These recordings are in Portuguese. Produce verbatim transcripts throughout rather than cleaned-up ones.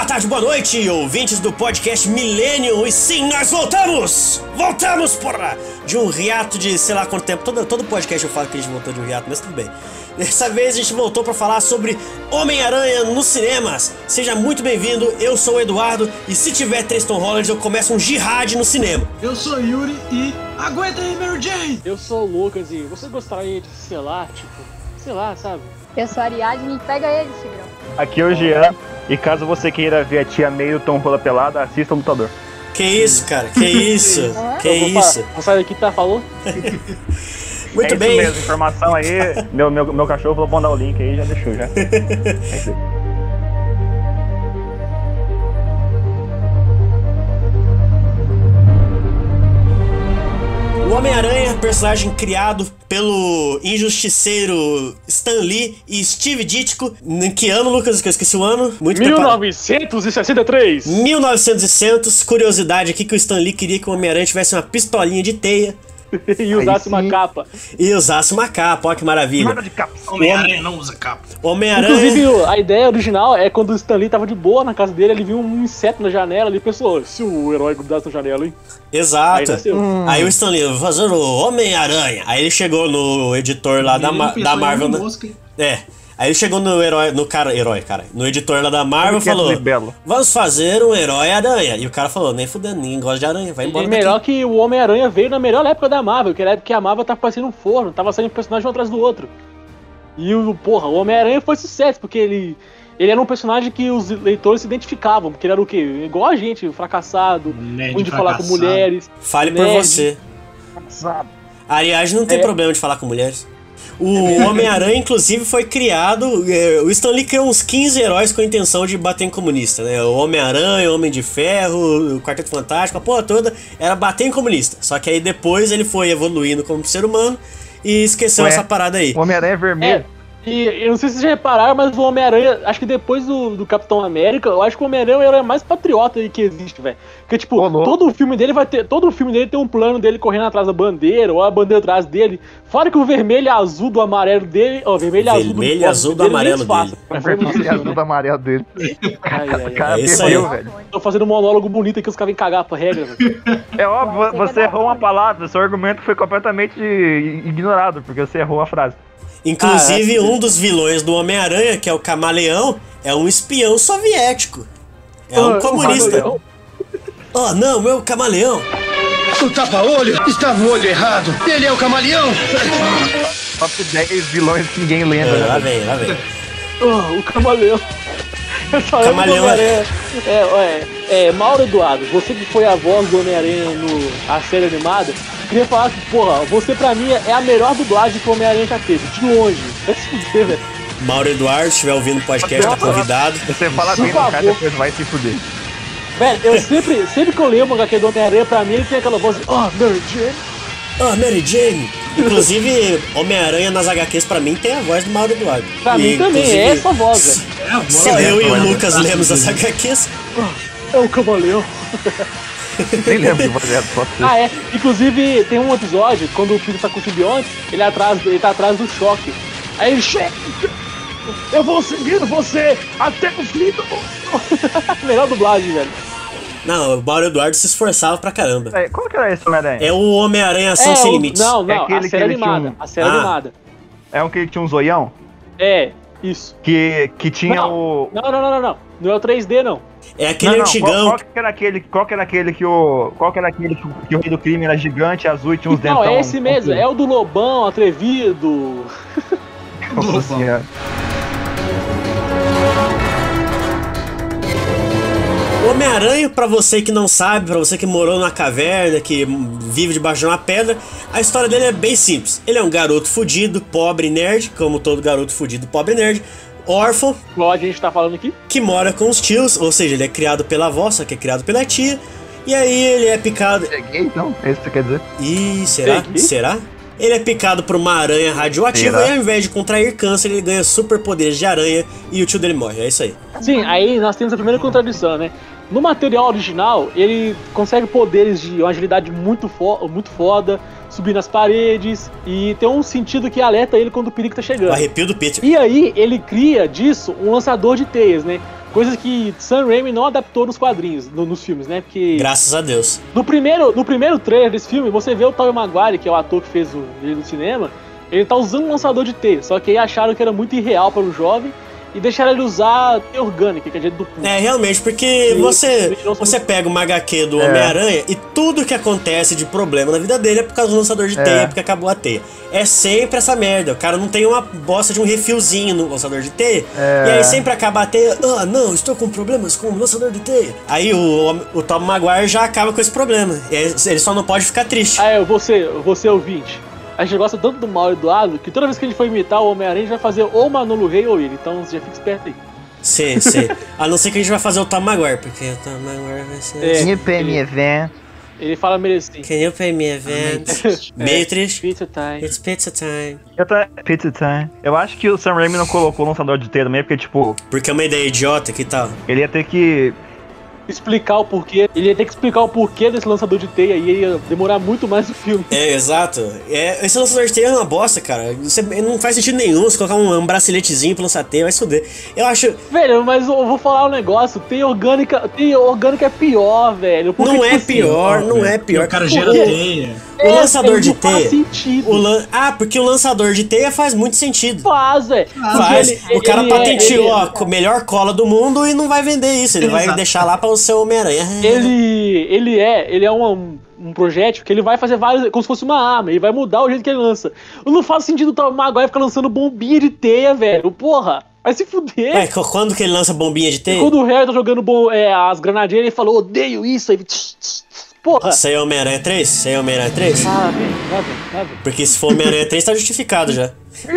tarde, boa noite, ouvintes do podcast Millennium. E sim, nós voltamos! Voltamos, porra! De um hiato de sei lá quanto tempo. Todo, todo podcast eu falo que a gente voltou de um hiato, mas tudo bem. Dessa vez a gente voltou pra falar sobre Homem-Aranha nos cinemas. Seja muito bem-vindo, eu sou o Eduardo. E se tiver três Tom Hollands, eu começo um jihad no cinema. Eu sou o Yuri e... aguenta aí, Mary Jane! Eu sou o Lucas e você gostaria de, sei lá, tipo... sei lá, sabe? Eu sou a Ariadne e pega ele, Tigrão. Aqui é o Jean, e caso você queira ver a tia May e o Tom Rola pelada, assista o Lutador. Que isso, cara? Que isso? Que Opa, isso? vamos sair daqui, tá? Falou? Muito é bem. Isso mesmo, informação aí. meu, meu, meu cachorro falou mandar o link aí, já deixou, já. É isso aí. O Homem-Aranha, personagem criado pelo injusticeiro Stan Lee e Steve Ditko. Em que ano, Lucas? Que eu esqueci o ano. Muito mil novecentos e sessenta e três. mil novecentos. Curiosidade aqui que o Stan Lee queria que o Homem-Aranha tivesse uma pistolinha de teia. E usasse uma capa. E usasse uma capa, olha que maravilha. Nada de capa. Homem-Aranha não usa capa. Homem-Aranha... Inclusive, a ideia original é quando o Stan Lee tava de boa na casa dele, ele viu um inseto na janela, ele pensou, se o herói grudasse na janela, hein? Exato. Aí, hum. Aí o Stan Lee, vou fazer o Homem-Aranha. Aí ele chegou no editor lá da, Ma- da Marvel. Na... É. Aí ele chegou no herói, no cara, herói, cara, no editor lá da Marvel e falou: vamos fazer um herói aranha. E o cara falou: nem fudendo, ninguém gosta de aranha, vai embora. E daqui. melhor que o Homem-Aranha veio na melhor época da Marvel, que era a época que a Marvel tava parecendo um forno, tava saindo um personagem um atrás do outro. E o, porra, o Homem-Aranha foi sucesso, porque ele. Ele era um personagem que os leitores se identificavam, porque ele era o quê? Igual a gente, fracassado, ruim de falar com mulheres. Fale nerd. por você. Fracassado. A Ariadne não tem é. problema de falar com mulheres. O Homem-Aranha, inclusive, foi criado... É, o Stan Lee criou uns quinze heróis com a intenção de bater em comunista, né? O Homem-Aranha, o Homem de Ferro, o Quarteto Fantástico, a porra toda era bater em comunista. Só que aí depois ele foi evoluindo como ser humano e esqueceu Ué, essa parada aí. O Homem-Aranha é vermelho. É. E eu não sei se vocês já repararam, mas o Homem-Aranha, acho que depois do, do Capitão América, eu acho que o Homem-Aranha é o herói mais patriota aí que existe, velho. Porque, tipo, Olô. todo o filme dele vai ter. Todo o filme dele tem um plano dele correndo atrás da bandeira, ou a bandeira atrás dele. Fora que o vermelho e azul do amarelo dele. Ó, vermelho e azul do Vermelho e azul do amarelo dele. É vermelho e azul do amarelo dele. Ai, ai, ai. Cara, é isso aí, velho. Tô fazendo um monólogo bonito aqui, os caras vêm cagar pra regra, velho. É óbvio, você errou uma palavra, seu argumento foi completamente ignorado, porque você errou a frase. Inclusive, ah, é. um dos vilões do Homem-Aranha, que é o Camaleão, é um espião soviético. É um oh, comunista. Oh, não, meu Camaleão. O tapa-olho está no olho errado. Ele é o Camaleão. Top dez vilões que ninguém lembra. É, lá vem, lá vem. Oh, o Camaleão. Eu só Camaleão é... É, é, é, Mauro Eduardo, você que foi a voz do Homem-Aranha no a série animada, queria falar que, porra, você pra mim é a melhor dublagem que o Homem-Aranha já teve, de longe. Vai se fuder, velho. Mauro Eduardo, se estiver ouvindo o podcast, tá convidado. Você fala bem no cara, depois vai se fuder. Velho, eu sempre, sempre que eu leio uma agá quê do Homem-Aranha, pra mim ele tem aquela voz de, oh, Mary Jane. Oh, Mary Jane. Inclusive, Homem-Aranha nas agá quês pra mim tem a voz do Mauro Eduardo. Pra e, mim também, é essa voz, velho. É a voz. Só eu e o Lucas lemos as agá quês. Oh, é o Camaleão. Nem lembro de você. Ah, é. Inclusive, tem um episódio, quando o Peter tá com o simbionte, ele, atrás, ele tá atrás do Choque. Aí ele... Eu vou seguir você até o fim do mundo. Melhor dublagem, velho. Não, o Mauro Eduardo se esforçava pra caramba. É, qual que era esse Homem-Aranha? É o Homem-Aranha Ação é, Sem o... Limites. Não, não, é aquele a série animada. Um... A série ah. animada. É um que tinha um zoião? É, isso. Que, que tinha não. o... Não, não, não, não, não. Não é o três D, não. É aquele não, não. antigão. Qual, qual que era aquele, qual que era aquele que o... Qual que era aquele que, que o rei do crime era gigante, azul e tinha uns dentão? Não, é esse mesmo. É o do Lobão, atrevido. Nossa senhora. Homem-Aranha, pra você que não sabe, pra você que morou na caverna, que vive debaixo de uma pedra, a história dele é bem simples. Ele é um garoto fudido, pobre nerd, como todo garoto fudido, pobre nerd, órfão, igual a gente tá falando aqui, que mora com os tios, ou seja, ele é criado pela avó, só que é criado pela tia, e aí ele é picado... É gay, então? É isso que você quer dizer? Ih, será? Será? Ele é picado por uma aranha radioativa Será? E ao invés de contrair câncer, ele ganha superpoderes de aranha e o tio dele morre, é isso aí. Sim, aí nós temos a primeira contradição, né? No material original, ele consegue poderes de uma agilidade muito, fo- muito foda, subir nas paredes, e tem um sentido que alerta ele quando o perigo tá chegando. O arrepio do Peter. E aí, ele cria disso um lançador de teias, né? Coisas que Sam Raimi não adaptou nos quadrinhos, no, nos filmes, né? Porque... Graças a Deus. No primeiro, no primeiro trailer desse filme, você vê o Tobey Maguire, que é o ator que fez o, ele no cinema, ele tá usando um lançador de teia, só que aí acharam que era muito irreal para o jovem e deixaram ele usar teia orgânica, que é jeito do pulo. É, realmente, porque você, você pega uma agá quê do É. Homem-Aranha e tudo que acontece de problema na vida dele é por causa do lançador de É. teia, porque acabou a teia. É sempre essa merda. O cara não tem uma bosta de um refilzinho no lançador de teia. É. E aí sempre acaba a teia. Ah, não, estou com problemas com o lançador de teia. Aí o, o Tobey Maguire já acaba com esse problema. E aí ele só não pode ficar triste. Ah, é, você, você ouvinte. A gente gosta tanto do Mauro Eduardo que toda vez que a gente for imitar o Homem-Aranha, a gente vai fazer ou o Manolo Rey ou ele. Então você já fica esperto aí. Sim, sim. A não ser que a gente vai fazer o Tobey Maguire, porque o Tobey Maguire vai ser... É. Can you pay me event? Ele fala meio assim. Can you pay me event? Meio triste. Pizza time. It's pizza time. Eu, tô... Pizza time. Eu acho que o Sam Raimi não colocou o lançador de teia também, porque, tipo, Porque é uma ideia idiota, que tal? ele ia ter que... Explicar o porquê. Ele ia ter que explicar o porquê desse lançador de teia e ia demorar muito mais o filme. É, exato. É, esse lançador de teia é uma bosta, cara. Você, não faz sentido nenhum você colocar um, um braceletezinho pra lançar teia, vai se fuder. Eu acho... Velho, mas eu vou falar um negócio. Teia orgânica, teia orgânica é pior, velho. Porque, Não é tipo assim, pior, não é pior. O cara gera Porque- teia. O lançador é, de não faz teia... sentido. O lan... Ah, porque o lançador de teia faz muito sentido. Faz, velho. Faz. Porque ele- o cara ele é- patenteou ele é- a co- melhor cola do mundo e não vai vender isso. Ele vai Exato. deixar lá para o seu Homem-Aranha. Ele, ele é, ele é um, um projétil que ele vai fazer vários, como se fosse uma arma, ele vai mudar o jeito que ele lança. Não faz sentido o Tobey Maguire ficar lançando bombinha de teia, velho. Porra, vai se fuder. Ué, qu- quando que ele lança bombinha de teia? Quando o Harry tá jogando bom, é, as granadeiras, ele falou, odeio isso, aí tss, tss, tss. Porra. Isso aí é Homem-Aranha três? Isso aí é Homem-Aranha três? Ah, vem, vai, vem, vai, vem. Porque se for Homem-Aranha três, tá justificado já.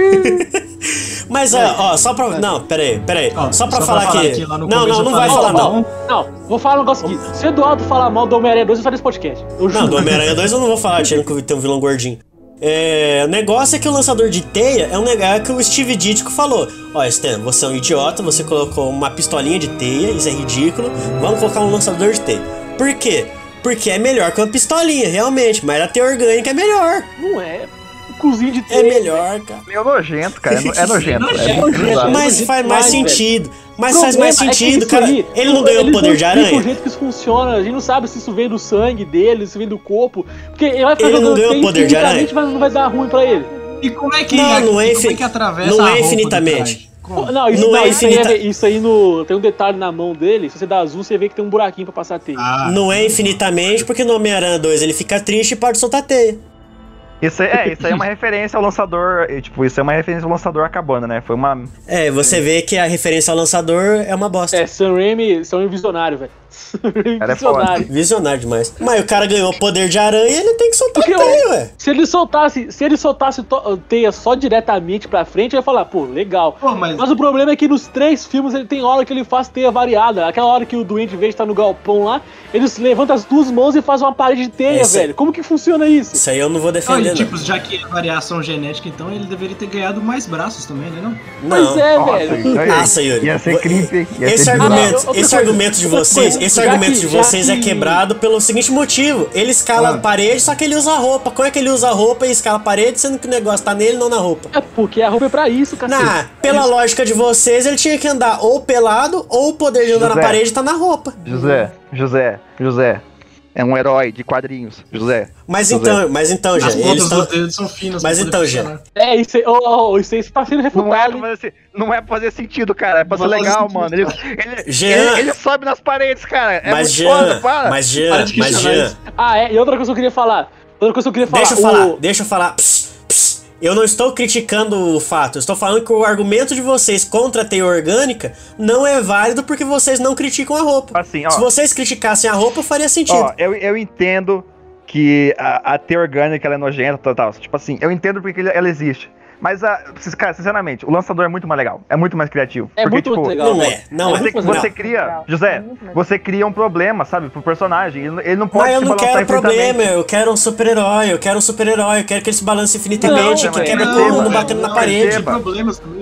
Mas, ó, ó, só pra... Não, peraí, peraí. Ó, Só pra só pra falar falar que... aqui, lá no Não, começo não, eu não vai falei falar que não. Não, vou falar um negócio aqui. Se o Eduardo falar mal do Homem-Aranha dois, eu faço esse podcast. Eu juro. Não, do Homem-Aranha dois eu não vou falar, tirando que tem um vilão gordinho. É, o negócio é que o lançador de teia é um negócio que o Steve Ditko falou. Ó, Stan, você é um idiota, você colocou uma pistolinha de teia, isso é ridículo, vamos colocar um lançador de teia. Por quê? Porque é melhor que uma pistolinha, realmente, mas a teia orgânica é melhor. Não é. O cozinho de É teia. melhor, cara. Meio nojento, cara. É, no- é nojento. É É muito nojento. bizarro. Mas faz mais demais, sentido. Mas O faz mais problema é que sentido, isso cara. aí, Ele não ganhou o eles poder de explicam aranha? o jeito que isso funciona, a gente não sabe se isso vem do sangue dele, se vem do corpo. Porque ele vai ficar Ele não jogando ganhou teia poder de aranha? infinitamente, mas não vai dar ruim pra ele. E como é que, Não, não é e como é infin- que atravessa não a é roupa do infinitamente. traje? Como? Não, isso, Não não, é isso, aí infinita- é- isso aí no, tem um detalhe na mão dele, se você dá azul, você vê que tem um buraquinho pra passar a teia. Ah, Não é infinitamente, porque no Homem-Aranha dois ele fica triste e pode soltar teia. Isso aí, é, isso aí é uma referência ao lançador. e, Tipo, isso é uma referência ao lançador acabando, né? Foi uma. É, você vê que a referência ao lançador é uma bosta. É, Sam Raimi, Sam Raimi visionário, velho. Sam Raimi Cara, é visionário. Visionário demais. Mas o cara ganhou o poder de aranha e ele tem que soltar Porque, teia, ó, ué. se ele soltasse, se ele soltasse to- teia só diretamente pra frente, eu ia falar, pô, legal. Pô, mas- Mas o problema é que nos três filmes ele tem hora que ele faz teia variada. Aquela hora que o Duende Verde tá no galpão lá, ele levanta as duas mãos e faz uma parede de teia, Esse- velho. Como que funciona isso? Isso aí eu não vou Não, defender, e, não. tipo, já que é variação genética, então ele deveria ter ganhado mais braços também, né? Não? Pois Não. é, Nossa, velho. isso aí. Nossa, Yuri. Ia ser Vo- creepy. Ia Esse ser argumento, Ah, outra esse coisa, argumento de outra vocês, coisa, esse já argumento que- de já vocês é que- quebrado pelo seguinte motivo. Ele escala Ah. a parede, só que ele usa roupa. Como é que ele usa roupa e escala a parede, sendo que o negócio tá nele e não na roupa? É porque a roupa é pra isso, cacete. Na, pela lógica de vocês, ele tinha que andar ou pelado, ou o poder de andar na José. parede tá na roupa. José, José, José. É um herói de quadrinhos, José. Mas José. então, mas então, já, As eles pontas estão... dos dedos são finas. Mas pra poder então, já. funcionar. É, isso aí, oh, oh, isso aí tá sendo Não é, refutado. pra fazer, não é pra fazer sentido, cara. É pra ser Não faz legal, sentido, mano. Ele, cara. ele, Jean. ele, ele sobe nas paredes, cara. É Mas muito foda, Jean, para. mas Jean, Para de mas questionar Jean, isso. Ah, é, e outra coisa que eu queria falar. Outra coisa que eu queria falar. deixa eu falar, o- deixa eu falar. Pss, pss. Eu não estou criticando o fato, eu estou falando que o argumento de vocês contra a teia orgânica não é válido porque vocês não criticam a roupa. Assim, ó. Se vocês criticassem a roupa, faria sentido. Ó, eu, eu entendo que a, a teia orgânica ela é nojenta, tal, tal. Tipo assim, eu entendo porque ele- ela existe. Mas, a, cara, sinceramente, o lançador é muito mais legal. É muito mais criativo. É porque, muito, tipo, muito legal. não velho. é, não é. Você, muito mais você legal. cria, legal. José, É muito mais você cria um problema, sabe, pro personagem. Ele, ele não pode Mas eu se não balançar quero problema, infinitamente. eu quero um super-herói, eu quero um super-herói, eu quero que ele se balance infinitamente, Não, que mas quebra não, todo mundo velho, batendo na não, parede. Tem perceba. problemas também, pô.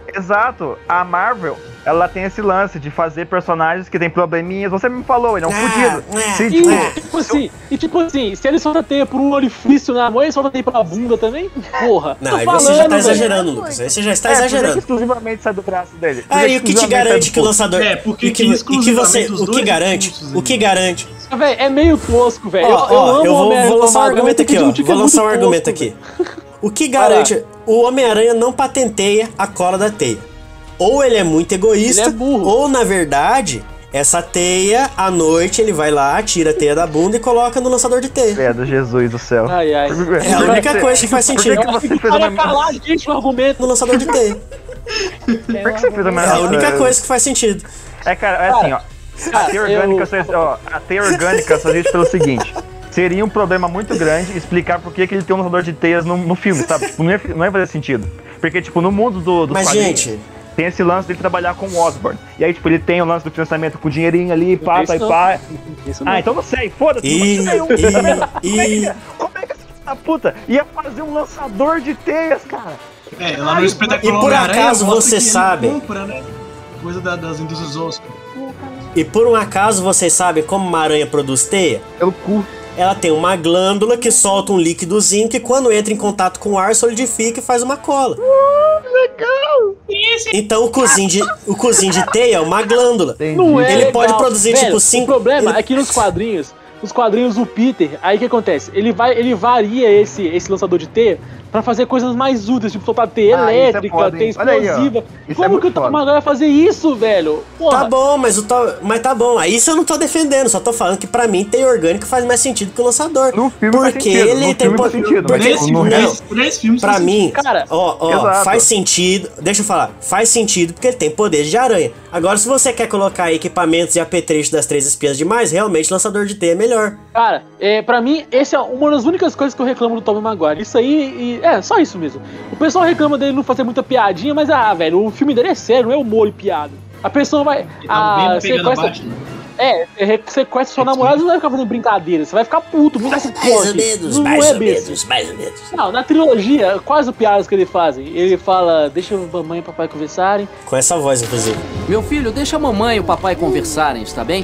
Exato. A Marvel, ela tem esse lance de fazer personagens que tem probleminhas. Você me falou, ele é um Ah, fudido. ah, Se, E, tipo, tipo assim, e tipo assim, se ele solta teia por um orifício na mão, ele solta teia pela bunda também? Porra. Não, tô aí falando, você já tá velho. exagerando, Lucas. Aí você já está é, por que que exagerando. exclusivamente sai do braço dele. Ah, e o que te garante que o lançador. É, porque e que, que e que você. exclusivamente os O que dois garante? recursos, O que né? garante? Véi, é meio tosco, velho. Ó, eu, eu ó, amo eu o vou, Homem-Aranha vou lançar um Tomado, argumento tem que aqui, ó. admitir que Vou é lançar um muito argumento tosco, aqui. O que garante. O Homem-Aranha não patenteia a cola da teia. Ou ele é muito egoísta, Ele é burro. ou na verdade, essa teia, à noite, ele vai lá, tira a teia da bunda e coloca no lançador de teia. Credo, Jesus do céu. Ai, ai. É a única coisa que faz Por que, sentido. que você fez Para uma... calar a gente no argumento. No lançador de teia. Por que você fez uma... É a única coisa que faz sentido. É, cara, é assim, ó. A Cara, teia orgânica, eu- só- ó, a teia orgânica só existe pelo seguinte. Seria um problema muito grande explicar por que, que ele tem um lançador de teias no, no filme, sabe? Tipo, não ia, não ia fazer sentido. Porque, tipo, no mundo do, dos Mas, quadrinhos, gente, tem esse lance dele trabalhar com o Osborn. E aí, tipo, ele tem o lance do financiamento com o dinheirinho ali, pá, Isso pá, não. pá. Isso não. Ah, então não sei, foda-se. E- Mas tem um- e- Como é que- e- Como é que esse filho da puta ia fazer um lançador de teias, cara? É, lá no espetáculo E por Homem-Aranha, acaso mostra você que ele sabe- compra, né? Coisa da- das indústrias Oscar. e por um acaso vocês sabem como uma aranha produz teia? Pelo cu. Ela tem uma glândula que solta um líquidozinho que quando entra em contato com o ar solidifica e faz uma cola. Legal! Então o cozinho de, o cozinho de teia é uma glândula. Não é Ele legal. pode produzir, Velho, tipo, cinco- O problema ele- é que nos quadrinhos, nos quadrinhos o Peter, aí o que acontece? Ele vai, ele varia esse, esse lançador de teia pra fazer coisas mais úteis, tipo soltar teia Ah, isso é elétrica, foda, teia hein? Olha aí, ó. explosiva. Isso é Como muito que o Tom foda. Maguire vai fazer isso, velho? Porra. Tá bom, mas, o to... mas tá bom. Aí isso eu não tô defendendo, só tô falando que pra mim teia orgânica faz mais sentido que o lançador. No filme faz porque sentido, ele no tem filme faz po- sentido, porque- mas Três, no não, três, três filmes Pra faz mim, Cara, ó, ó, exato. faz sentido. Deixa eu falar, faz sentido porque ele tem poder de aranha. Agora, se você quer colocar equipamentos e apetrechos das três espiãs demais, realmente lançador de teia é melhor. Cara, é, pra mim, essa é uma das únicas coisas que eu reclamo do Tobey Maguire. Isso aí, e, é, só isso mesmo. O pessoal reclama dele não fazer muita piadinha, mas, ah, velho, o filme dele é sério, não é humor e piada. A pessoa vai... Ele tá bem A, na pegada sequestra, Batman. é, re- sequestra sua namorada, você não vai ficar fazendo brincadeira, você vai ficar puto, muito assim, Mais ou forte. menos, Não, mais não é ou besta. menos, mais ou menos. Não, na trilogia, quais as piadas que ele fazem? Ele fala, deixa a mamãe e o papai conversarem. Com essa voz, inclusive. Meu filho, deixa a mamãe e o papai conversarem, está bem?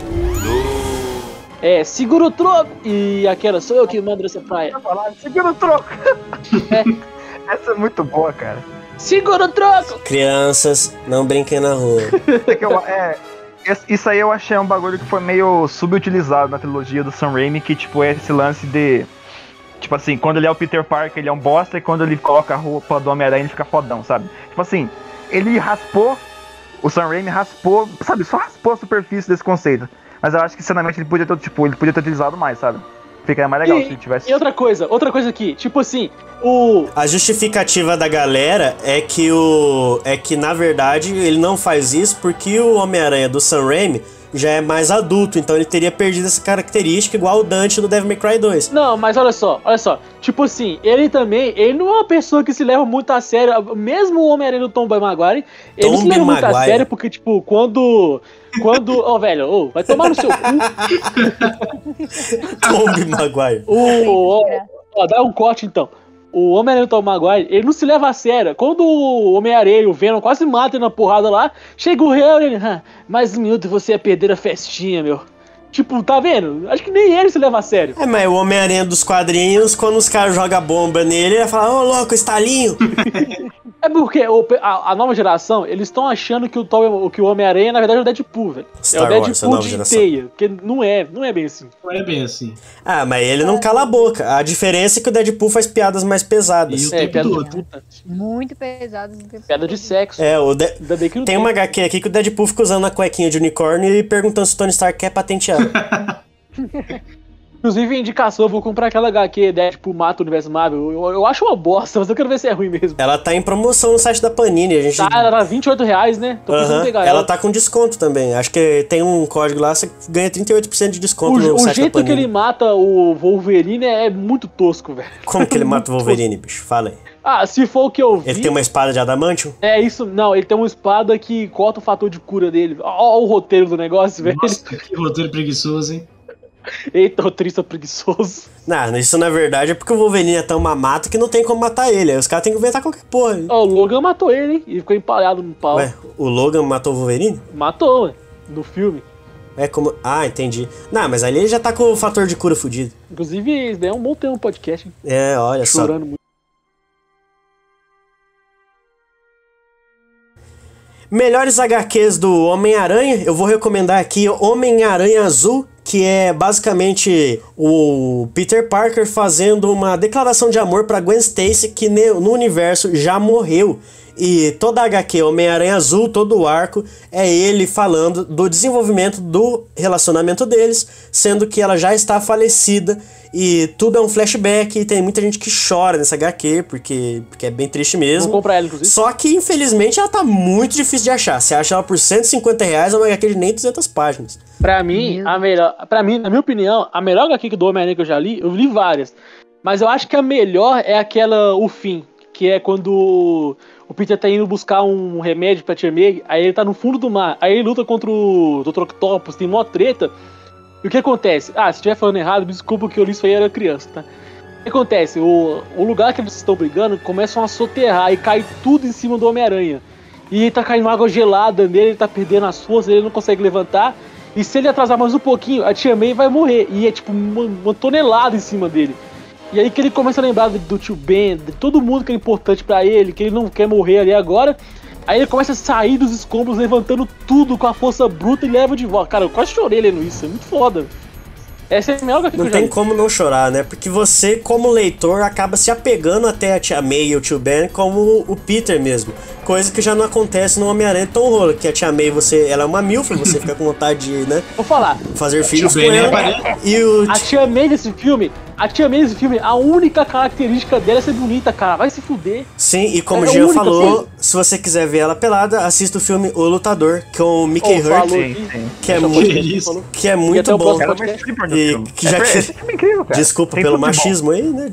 É, segura o troco. E aquela, sou eu que mando essa praia. Segura o troco. É. Essa é muito boa, cara. Segura o troco! Crianças, não brinquem na rua. É que eu- é, es- isso aí eu achei um bagulho que foi meio subutilizado na trilogia do Sam Raimi, que tipo é esse lance de... Tipo assim, quando ele é o Peter Parker, ele é um bosta, e quando ele coloca a roupa do Homem-Aranha, ele fica fodão, sabe? Tipo assim, ele raspou, o Sam Raimi raspou, sabe, só raspou a superfície desse conceito. Mas eu acho que, sinceramente, ele podia ter, tipo, ele podia ter utilizado mais, sabe? Ficaria mais legal E- se ele tivesse... E outra coisa, outra coisa aqui, tipo assim, o... A justificativa da galera é que o é que na verdade ele não faz isso porque o Homem-Aranha do Sam Raimi já é mais adulto, então ele teria perdido essa característica igual o Dante do Devil May Cry dois. Não, mas olha só, olha só. Tipo assim, ele também, ele não é uma pessoa que se leva muito a sério. Mesmo o Homem-Aranha do Tom Maguire, ele não se Tobey leva muito a Maguire. sério porque, tipo, quando... Quando... Ó, velho, ô, vai tomar no seu cu. Tobey Maguire. O... Ó, ó, dá um corte, então. O Homem-Aranha do Tom Maguire, ele não se leva a sério. Quando o Homem-Aranha e o Venom quase matam ele na porrada lá, chega o Harry e ele... "Ah, mais um minuto e você ia perder a festinha, meu." Tipo, tá vendo? Acho que nem ele se leva a sério. É, mas o Homem-Aranha dos quadrinhos, quando os caras jogam bomba nele, ele vai falar, ô louco, estalinho. É porque o- a, a nova geração, eles estão achando que o, Tom, que o Homem-Aranha, na verdade, é o Deadpool, velho. Star é o Wars, a Deadpool nova de geração. teia. Porque não é, não é bem assim. Não é bem assim. Ah, mas ele não cala a boca. A diferença é que o Deadpool faz piadas mais pesadas. E o É, tempo piada de todo. puta. Muito pesado. no tempo Piada de todo. sexo. É, o de... Ainda bem que não tem uma H Q aqui que o Deadpool fica usando a cuequinha de unicórnio e perguntando se o Tony Stark quer patentear. Inclusive, indicação, eu vou comprar aquela H Q Deadpool Mata o Universo Marvel. Eu, eu acho uma bosta, mas eu quero ver se é ruim mesmo. Ela tá em promoção no site da Panini, a gente... Tá, ela tá vinte e oito reais, né? Tô pensando Aham, em pegar ela ela. tá com desconto também. Acho que tem um código lá, você ganha trinta e oito por cento de desconto no O, o site da jeito que Panini. ele mata o Wolverine é muito tosco, velho. Como que ele mata o Muito Wolverine, bicho? Fala aí. tosco. Ah, se for o que eu vi... Ele tem uma espada de adamantium? É isso, não, ele tem uma espada que corta o fator de cura dele. Ó, ó o roteiro do negócio, velho. Nossa, que roteiro preguiçoso, hein? Eita, roteirista preguiçoso. Não, isso na verdade é porque o Wolverine é tão mamato que não tem como matar ele. Aí os caras têm que inventar qualquer porra. Ó, o Logan matou ele, hein? E ficou empalhado no pau. Ué, o Logan matou o Wolverine? Matou, ué. No filme. É como... Ah, entendi. Não, mas ali ele já tá com o fator de cura fudido. Inclusive, isso daí é um bom tema um podcast, hein? É, olha só. Chorando muito. Melhores agá quês do Homem-Aranha, eu vou recomendar aqui Homem-Aranha Azul, que é basicamente o Peter Parker fazendo uma declaração de amor pra Gwen Stacy, que no universo já morreu. E toda a agá quê Homem-Aranha Azul, todo o arco, é ele falando do desenvolvimento do relacionamento deles, sendo que ela já está falecida e tudo é um flashback e tem muita gente que chora nessa agá quê, porque, porque é bem triste mesmo. Vou comprar ela, inclusive. Só que, infelizmente, ela tá muito difícil de achar. Você acha ela por cento e cinquenta reais, é uma agá quê de nem duzentas páginas. Pra mim, a melhor, pra mim, na minha opinião, a melhor agá quê do Homem-Aranha que eu já li, eu li várias, mas eu acho que a melhor é aquela, o fim, que é quando o Peter tá indo buscar um remédio pra Tia May, aí ele tá no fundo do mar, aí ele luta contra o doutor Octopus, tem mó treta, e o que acontece? Ah, se estiver falando errado, me desculpa que eu li isso aí, era criança, tá? O que acontece? O, o lugar que eles estão brigando, começam a soterrar e cai tudo em cima do Homem-Aranha. E tá caindo água gelada nele, ele tá perdendo as forças, ele não consegue levantar, e se ele atrasar mais um pouquinho, a Tia May vai morrer, e é tipo uma, uma tonelada em cima dele. E aí que ele começa a lembrar do, do tio Ben, de todo mundo que é importante pra ele, que ele não quer morrer ali agora. Aí ele começa a sair dos escombros, levantando tudo com a força bruta e leva de volta. Cara, eu quase chorei lendo isso, é muito foda. Essa é a melhor que eu Não tem como não chorar, né? Porque você, como leitor, acaba se apegando até a Tia May e o tio Ben como o Peter mesmo. Coisa que já não acontece no Homem-Aranha Tom Holland, que a Tia May, você, ela é uma milfa, você fica com vontade de, né? Vou falar. Fazer filhos com Ben é ela. E o... A Tia May nesse filme, a Tia May nesse filme, a única característica dela é ser bonita, cara. Vai se fuder. Sim, e como É o a Jean única falou, coisa. se você quiser ver ela pelada, assista o filme O Lutador, com o Mickey Oh, Hurt, falou sim, aqui. sim. que é Já muito, foi, isso. falou. que é E até muito o bom. próximo Ela é uma podcast. stripper no E filme. que já é, que- esse filme é incrível, cara. Desculpa Tem pelo tudo de bom. machismo aí, né?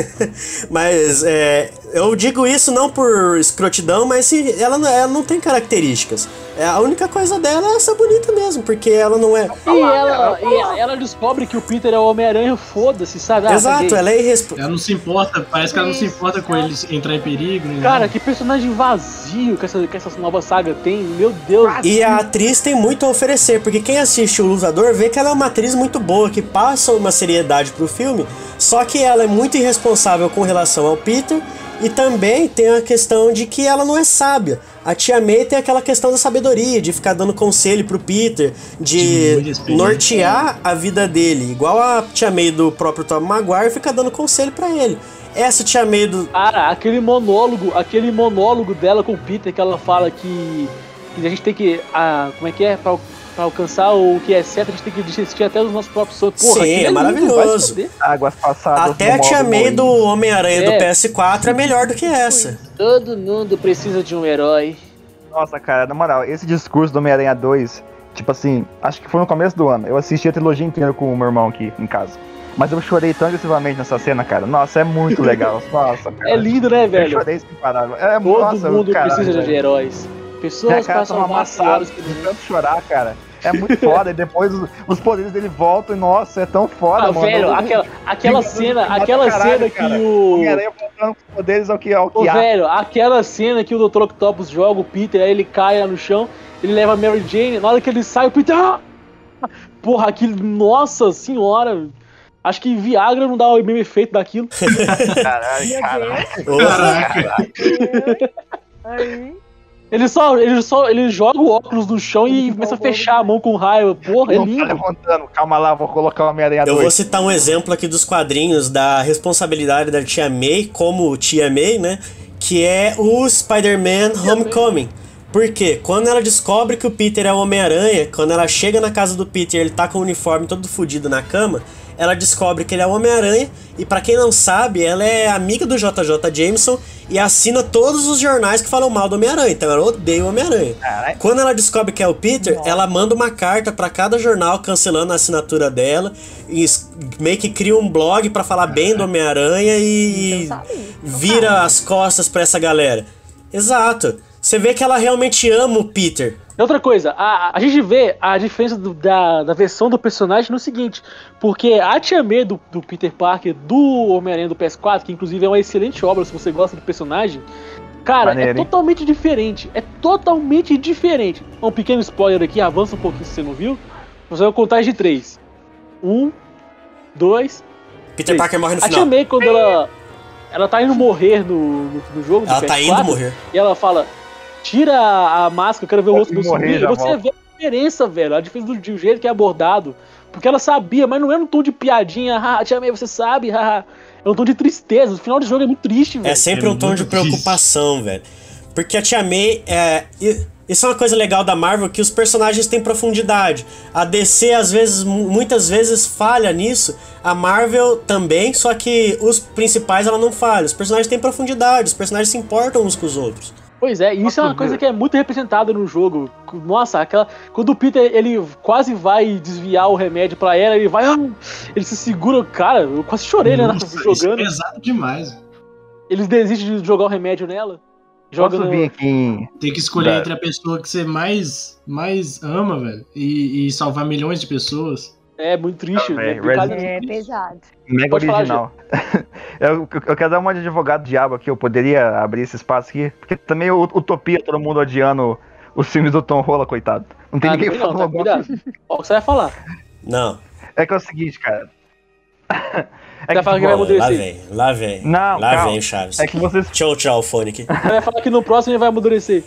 Mas é, eu digo isso não por escrotidão, mas se ela, não- ela não tem características. É, a única coisa dela é ser bonita mesmo, porque ela não é. E ela, e ela, ela descobre que o Peter é o Homem-Aranha, foda-se, sabe? Ah, Exato, caguei. ela é irresponsável. Ela não se importa, parece que ela não se importa com ele entrar em perigo. Né? Cara, que personagem vazio que essa, que essa nova saga tem, meu Deus. E a atriz tem muito a oferecer, porque quem assiste o Lutador vê que ela é uma atriz muito boa, que passa uma seriedade pro filme, só que ela é muito irresponsável com relação ao Peter, e também tem a questão de que ela não é sábia. A Tia May tem aquela questão da sabedoria, de ficar dando conselho pro Peter, De de muita experiência. nortear a vida dele, igual a Tia May do próprio Tom Maguire fica dando conselho pra ele. Essa Tia May do... Cara, aquele monólogo, aquele monólogo dela com o Peter, que ela fala que, que a gente tem que. Ah, como é que é? Pra, pra alcançar o que é certo, a gente tem que desistir até dos nossos próprios sonhos. Porra, Sim, aquilo é lindo, maravilhoso. vai se fuder. Águas passadas. Até a do Tia modo May do moinho. Homem-Aranha do É. P S quatro é melhor do que essa. Todo mundo precisa de um herói. Nossa, cara, na moral, esse discurso do Homem-Aranha dois, tipo assim, acho que foi no começo do ano. Eu assisti a trilogia inteira com o meu irmão aqui em casa. Mas eu chorei tão agressivamente nessa cena, cara. Nossa, é muito legal. Nossa, cara. É lindo, né, Eu velho? chorei sem parar. É, Todo nossa, mundo caralho, precisa de velho. heróis. Minha Pessoas cara para tava salvar amassada senhores de que tanto chorar, cara. É muito foda. E depois os, os poderes dele voltam e, nossa, é tão foda, Ah, mano. velho, Eu- aquela, aquela Vingadores cena, mata aquela caralho, cena que cara. o. Homem-Aranha voltando com os poderes ao que, ao Ô, que há. velho, aquela cena que o doutor Octopus joga o Peter, aí ele cai lá no chão, ele leva a Mary Jane, na hora que ele sai, o Peter. Ah! Porra, aquilo. Nossa senhora! Acho que Viagra não dá o mesmo efeito daquilo. Caralho, Meu caralho. Deus. Caraca. Aí. Ele só, ele só, ele joga o óculos no chão e começa a fechar a mão com raiva. Porra, é Não tá lindo. levantando. Calma lá, vou colocar o Homem-Aranha Eu vou dois. citar um exemplo aqui dos quadrinhos da responsabilidade da Tia May como Tia May, né? Que é o Spider-Man Homecoming. Porque quando ela descobre que o Peter é o Homem-Aranha, quando ela chega na casa do Peter, ele tá com o uniforme todo fodido na cama, ela descobre que ele é o Homem-Aranha, e pra quem não sabe, ela é amiga do J J Jameson e assina todos os jornais que falam mal do Homem-Aranha, então ela odeia o Homem-Aranha. Caralho. Quando ela descobre que é o Peter, ela manda uma carta pra cada jornal cancelando a assinatura dela e es- meio que cria um blog pra falar bem do Homem-Aranha e Então sabe, então vira as costas pra essa galera. Exato. Você vê que ela realmente ama o Peter. Outra coisa, a, a gente vê a diferença do, da, da versão do personagem no seguinte, porque a Tia May do, do Peter Parker, do Homem-Aranha do P S quatro, que inclusive é uma excelente obra se você gosta do personagem, cara, Maneiro, é totalmente hein? diferente, é totalmente diferente. Um pequeno spoiler aqui, avança um pouquinho se você não viu, você vai contar de três. Um, dois, Peter três. Parker morre no a final. A Tia May, quando ela, ela tá indo morrer no, no, no jogo do ela P S quatro, tá indo morrer. E ela fala... Tira a máscara, eu quero ver o rosto do meu sobrinho. E você volta. vê a diferença, velho. A diferença do, do jeito que é abordado. Porque ela sabia, mas não é um tom de piadinha. Ah, Tia May, você sabe. Ah, é um tom de tristeza. O final do jogo é muito triste, velho. É sempre é um tom de preocupação, velho. Porque a Tia May é... Isso é uma coisa legal da Marvel, que os personagens têm profundidade. A D C, às vezes, muitas vezes falha nisso. A Marvel também, só que os principais ela não falha. Os personagens têm profundidade, os personagens se importam uns com os outros. Pois é, e isso é uma coisa que é muito representada no jogo. Nossa, aquela, quando o Peter ele quase vai desviar o remédio pra ela, ele vai, ah, ele se segura, cara, eu quase chorei, né, Nossa, jogando. Isso é pesado demais. Eles desistem de jogar o remédio nela. Joga Posso no... vir aqui? Tem que escolher Tá. entre a pessoa que você mais, mais ama, velho, e, e salvar milhões de pessoas. É muito triste, Ah, né? véio, Picado Resident- É muito triste. pesado. Mega Pode falar, original. eu, eu quero dar uma de advogado diabo aqui, eu poderia abrir esse espaço aqui, porque também o Utopia, todo mundo odiando os filmes do Tom Holland, coitado. Não tem Ah, ninguém não, não, falando tá, alguma cuidado. Ó, o que você vai falar? Não. É que é o seguinte, cara. É vai falar que vai tipo, mudar. Lá vem, lá vem. Não, lá calma. vem o Chaves. é que vocês. Deixa eu tirar o fone aqui. Você vai falar que no próximo ele vai amadurecer.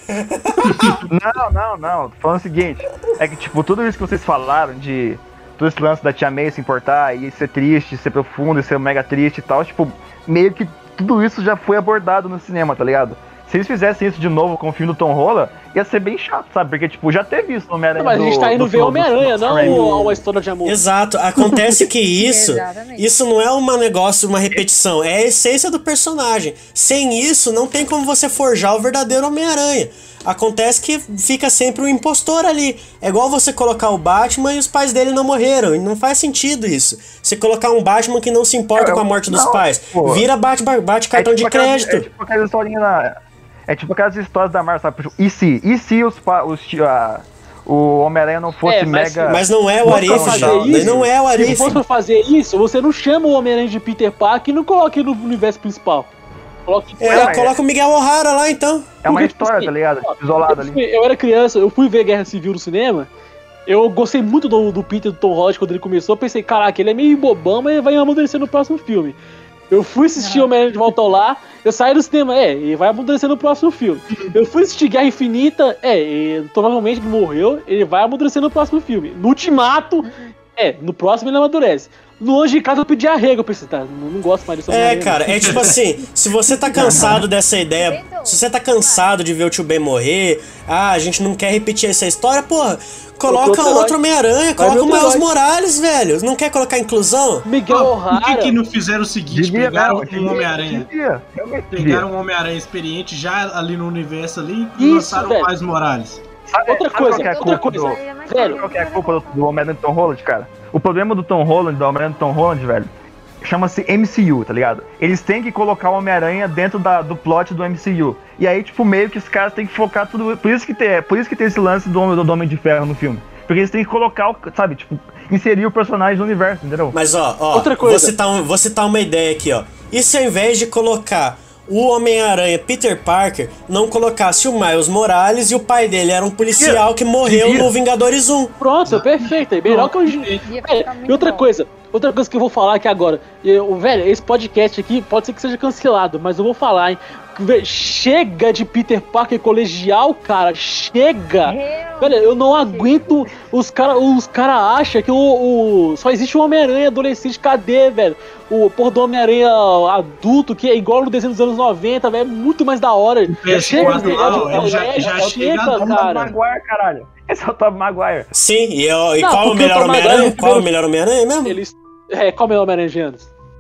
Não, não, não. Tô falando o seguinte. É que, tipo, tudo isso que vocês falaram de. Todo esse lance da Tia May se importar e ser triste, ser profundo e ser mega triste e tal, tipo, meio que tudo isso já foi abordado no cinema, tá ligado? Se eles fizessem isso de novo com o filme do Tom Holland, ia ser bem chato, sabe? Porque, tipo, já teve isso no Homem-Aranha. Mas a gente do- tá indo do- ver do- Homem-Aranha, do- não do- uma história de amor. Exato. Acontece que isso, Exatamente. isso não é um negócio, uma repetição. É a essência do personagem. Sem isso, não tem como você forjar o verdadeiro Homem-Aranha. Acontece que fica sempre um impostor ali. É igual você colocar o Batman e os pais dele não morreram. E não faz sentido isso. Você colocar um Batman que não se importa É, com a morte dos não, pais. pô. Vira bate, bate cartão é tipo de aquelas- crédito. É tipo aquelas historinhas na. É tipo aquelas histórias da Marvel, sabe? Tipo, e se? E se os, pa- os ti- a- o Homem-Aranha não fosse É, mas- mega. Mas não é o Pra Arif, fazer já. isso, Não é o Se Arif. fosse pra fazer isso, você não chama o Homem-Aranha de Peter Parker e não coloca ele no universo principal. Coloque... É, Ué, coloca o Miguel O'Hara lá então. É uma Porque, história, assim, tá ligado? ó, Isolada eu, ali. fui- eu era criança, eu fui ver Guerra Civil no cinema. Eu gostei muito do, do Peter do Tom Holland quando ele começou. Eu pensei, caraca, ele é meio bobão, mas ele vai amadurecer no próximo filme. Eu fui assistir o Homem-Aranha de Volta ao Lar, eu saí do cinema, é, ele vai amadurecer no próximo filme. Eu fui assistir Guerra Infinita, é, ele, provavelmente ele morreu, ele vai amadurecer no próximo filme. No Ultimato, é, no próximo ele amadurece. No Anjo de Casa eu pedi arrego, eu pensei, tá, não, não gosto mais desse É, Homem-Aranha, cara, é tipo assim, se você tá cansado dessa ideia, se você tá cansado de ver o tio Ben morrer, ah, a gente não quer repetir essa história, porra, coloca outro herói. outro Homem-Aranha, Vai coloca ver o outro Miles herói. Morales, velho. Não quer colocar inclusão? Miguel Por O'Hara. que, que não fizeram o seguinte? Devia, Pegaram não, um devia, Homem-Aranha. devia, realmente devia. Pegaram um Homem-Aranha experiente já ali no universo ali e Isso, lançaram velho. o Miles Morales. Sabe- Outra sabe coisa, qual que é a outra culpa coisa. do- Seria mais Velho, Sabe qual que é a culpa do, do Homem-Aranha do Tom Holland, cara? O problema do Tom Holland, do Homem-Aranha do Tom Holland, velho, chama-se M C U, tá ligado? Eles têm que colocar o Homem-Aranha dentro da, do plot do M C U. E aí, tipo, meio que os caras têm que focar tudo. Por isso que tem, por isso que tem esse lance do, Homem- do Homem de Ferro no filme. Porque eles têm que colocar, o, sabe, tipo, inserir o personagem no universo, entendeu? Mas ó, ó, Outra coisa. Vou, citar um- vou citar uma ideia aqui, ó. E se ao invés de colocar o Homem-Aranha Peter Parker, não colocasse o Miles Morales e o pai dele era um policial que morreu Devia. no Vingadores um? Pronto, perfeito. É melhor que eu. Ia É, ficar muito e outra bom. coisa, outra coisa que eu vou falar aqui agora. Eu, velho, esse podcast aqui pode ser que seja cancelado, mas eu vou falar, hein? Velho, chega de Peter Parker colegial, cara. Chega! Velho, eu não aguento. Os caras os cara acham que o, o- só existe um Homem-Aranha adolescente. Cadê, velho? O porra do Homem-Aranha adulto, que é igual no desenho dos anos noventa, velho. É muito mais da hora. P S Chega quatro de lá, negócio ó, de ele já- colégio, já chega, chega É o Tobey cara. Maguire, caralho. Esse é o Tobey Maguire. Sim, e, ó, e Não, qual o porque o melhor Tom Maguire Homem-Aranha? no Qual o primeiro- melhor Homem-Aranha mesmo? Eles. É, qual é o Homem-Aranha de anos?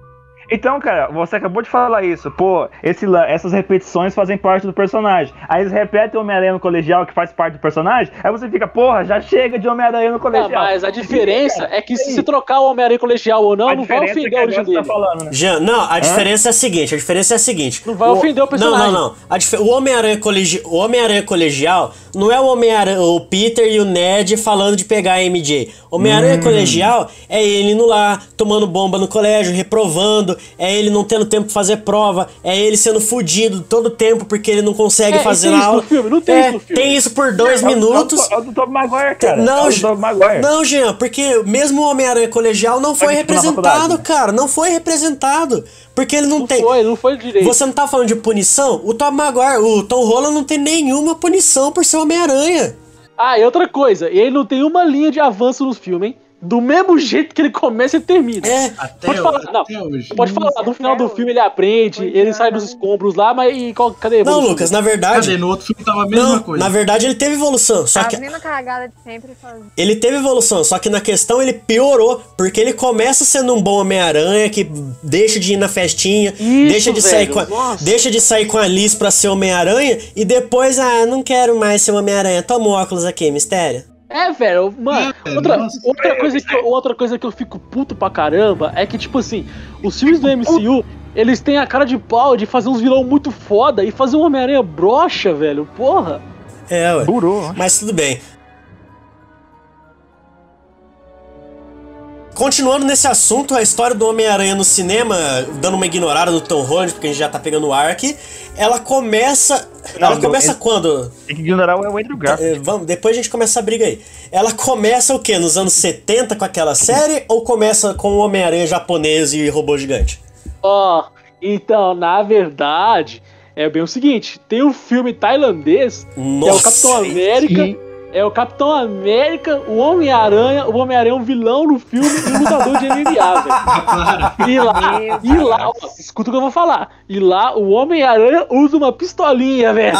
Então, cara, você acabou de falar isso. Pô, esse, essas repetições fazem parte do personagem. Aí eles repetem o Homem-Aranha no colegial, que faz parte do personagem. Aí você fica, porra, já chega de Homem-Aranha no colegial. Ah, mas a diferença é que se você trocar o Homem-Aranha colegial ou não, a não vai ofender é a origem dele. Tá falando, né? Jean, não, a Hã? diferença é a seguinte, a diferença é a seguinte. Não vai o, ofender o personagem. Não, não, não. A dif- o Homem-Aranha colegi- o Homem-Aranha colegial não é o Homem-Aranha, o Peter e o Ned falando de pegar a M J. O Homem-Aranha hum. colegial é ele indo lá, tomando bomba no colégio, reprovando, é ele não tendo tempo pra fazer prova, é ele sendo fudido todo tempo porque ele não consegue é, fazer na aula. Não tem isso no filme, não tem é, isso no filme. Tem isso por dois é, minutos. É o do Tobey Maguire, cara. Não, é o do Tobey Maguire. Não, Jean, porque mesmo o Homem-Aranha colegial não foi representado, cara. Não foi representado. Porque ele não, não tem. Não foi, não foi direito. Você não tá falando de punição? O Tobey Maguire, o Tom Holland não tem nenhuma punição por ser Homem-Aranha. Ah, e outra coisa, ele não tem uma linha de avanço nos filmes, hein? Do mesmo jeito que ele começa e termina. É. Até pode falar, não, hoje. Pode falar, no final do filme ele aprende, ele sai dos escombros lá, mas e qual, cadê? Não, Lucas, na verdade... Cadê? No outro filme tava a mesma não, coisa. Na verdade ele teve evolução, só a que... A mesma cagada de sempre faz. Ele teve evolução, só que na questão ele piorou, porque ele começa sendo um bom Homem-Aranha, que deixa de ir na festinha, Isso, deixa, de velho, sair com a, deixa de sair com a Liz pra ser Homem-Aranha, e depois, ah, não quero mais ser Homem-Aranha, toma o óculos aqui, Mistério. É, velho, mano, é, outra, nossa, outra, é, coisa que eu, outra coisa que eu fico puto pra caramba é que, tipo assim, os filmes do M C U, eles têm a cara de pau de fazer uns vilão muito foda e fazer um Homem-Aranha broxa, velho, porra. É, ué. Durou. Mas tudo bem. Continuando nesse assunto, a história do Homem-Aranha no cinema, dando uma ignorada no Tom Holland, porque a gente já tá pegando o ar aqui, ela começa... Não, ela começa esse, quando? Tem que ignorar o Andrew Garfield. É, vamos, depois a gente começa a briga aí. Ela começa o quê? Nos anos setenta com aquela série? Ou começa com o Homem-Aranha japonês e robô gigante? Ó, oh, então, na verdade, é bem o seguinte, tem um filme tailandês, Nossa, que é o Capitão América... Sim. É o Capitão América, o Homem-Aranha, o Homem-Aranha é um vilão no filme e um lutador de M M A, velho. E lá, e lá, ó, escuta o que eu vou falar. E lá o Homem-Aranha usa uma pistolinha, velho.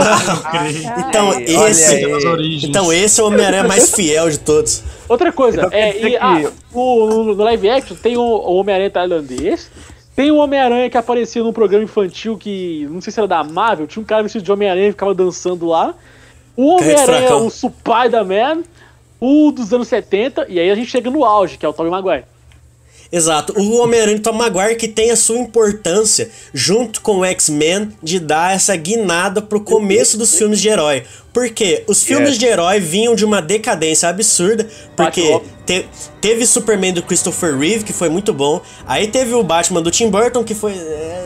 Ah, então, esse, então esse é o Homem-Aranha mais fiel de todos. Outra coisa, é, e, ah, o, no live action tem o, o Homem-Aranha tailandês. Tem o Homem-Aranha que aparecia num programa infantil que, não sei se era da Marvel, tinha um cara vestido de Homem-Aranha e ficava dançando lá. O Homem-Aranha, o Spider-Man, o dos anos setenta, e aí a gente chega no auge, que é o Tobey Maguire. Exato, o Homem-Aranha Tobey Maguire que tem a sua importância junto com o X-Men de dar essa guinada pro começo dos filmes de herói. Porque os filmes yeah. de herói vinham de uma decadência absurda, porque te, teve Superman do Christopher Reeve, que foi muito bom, aí teve o Batman do Tim Burton, que foi...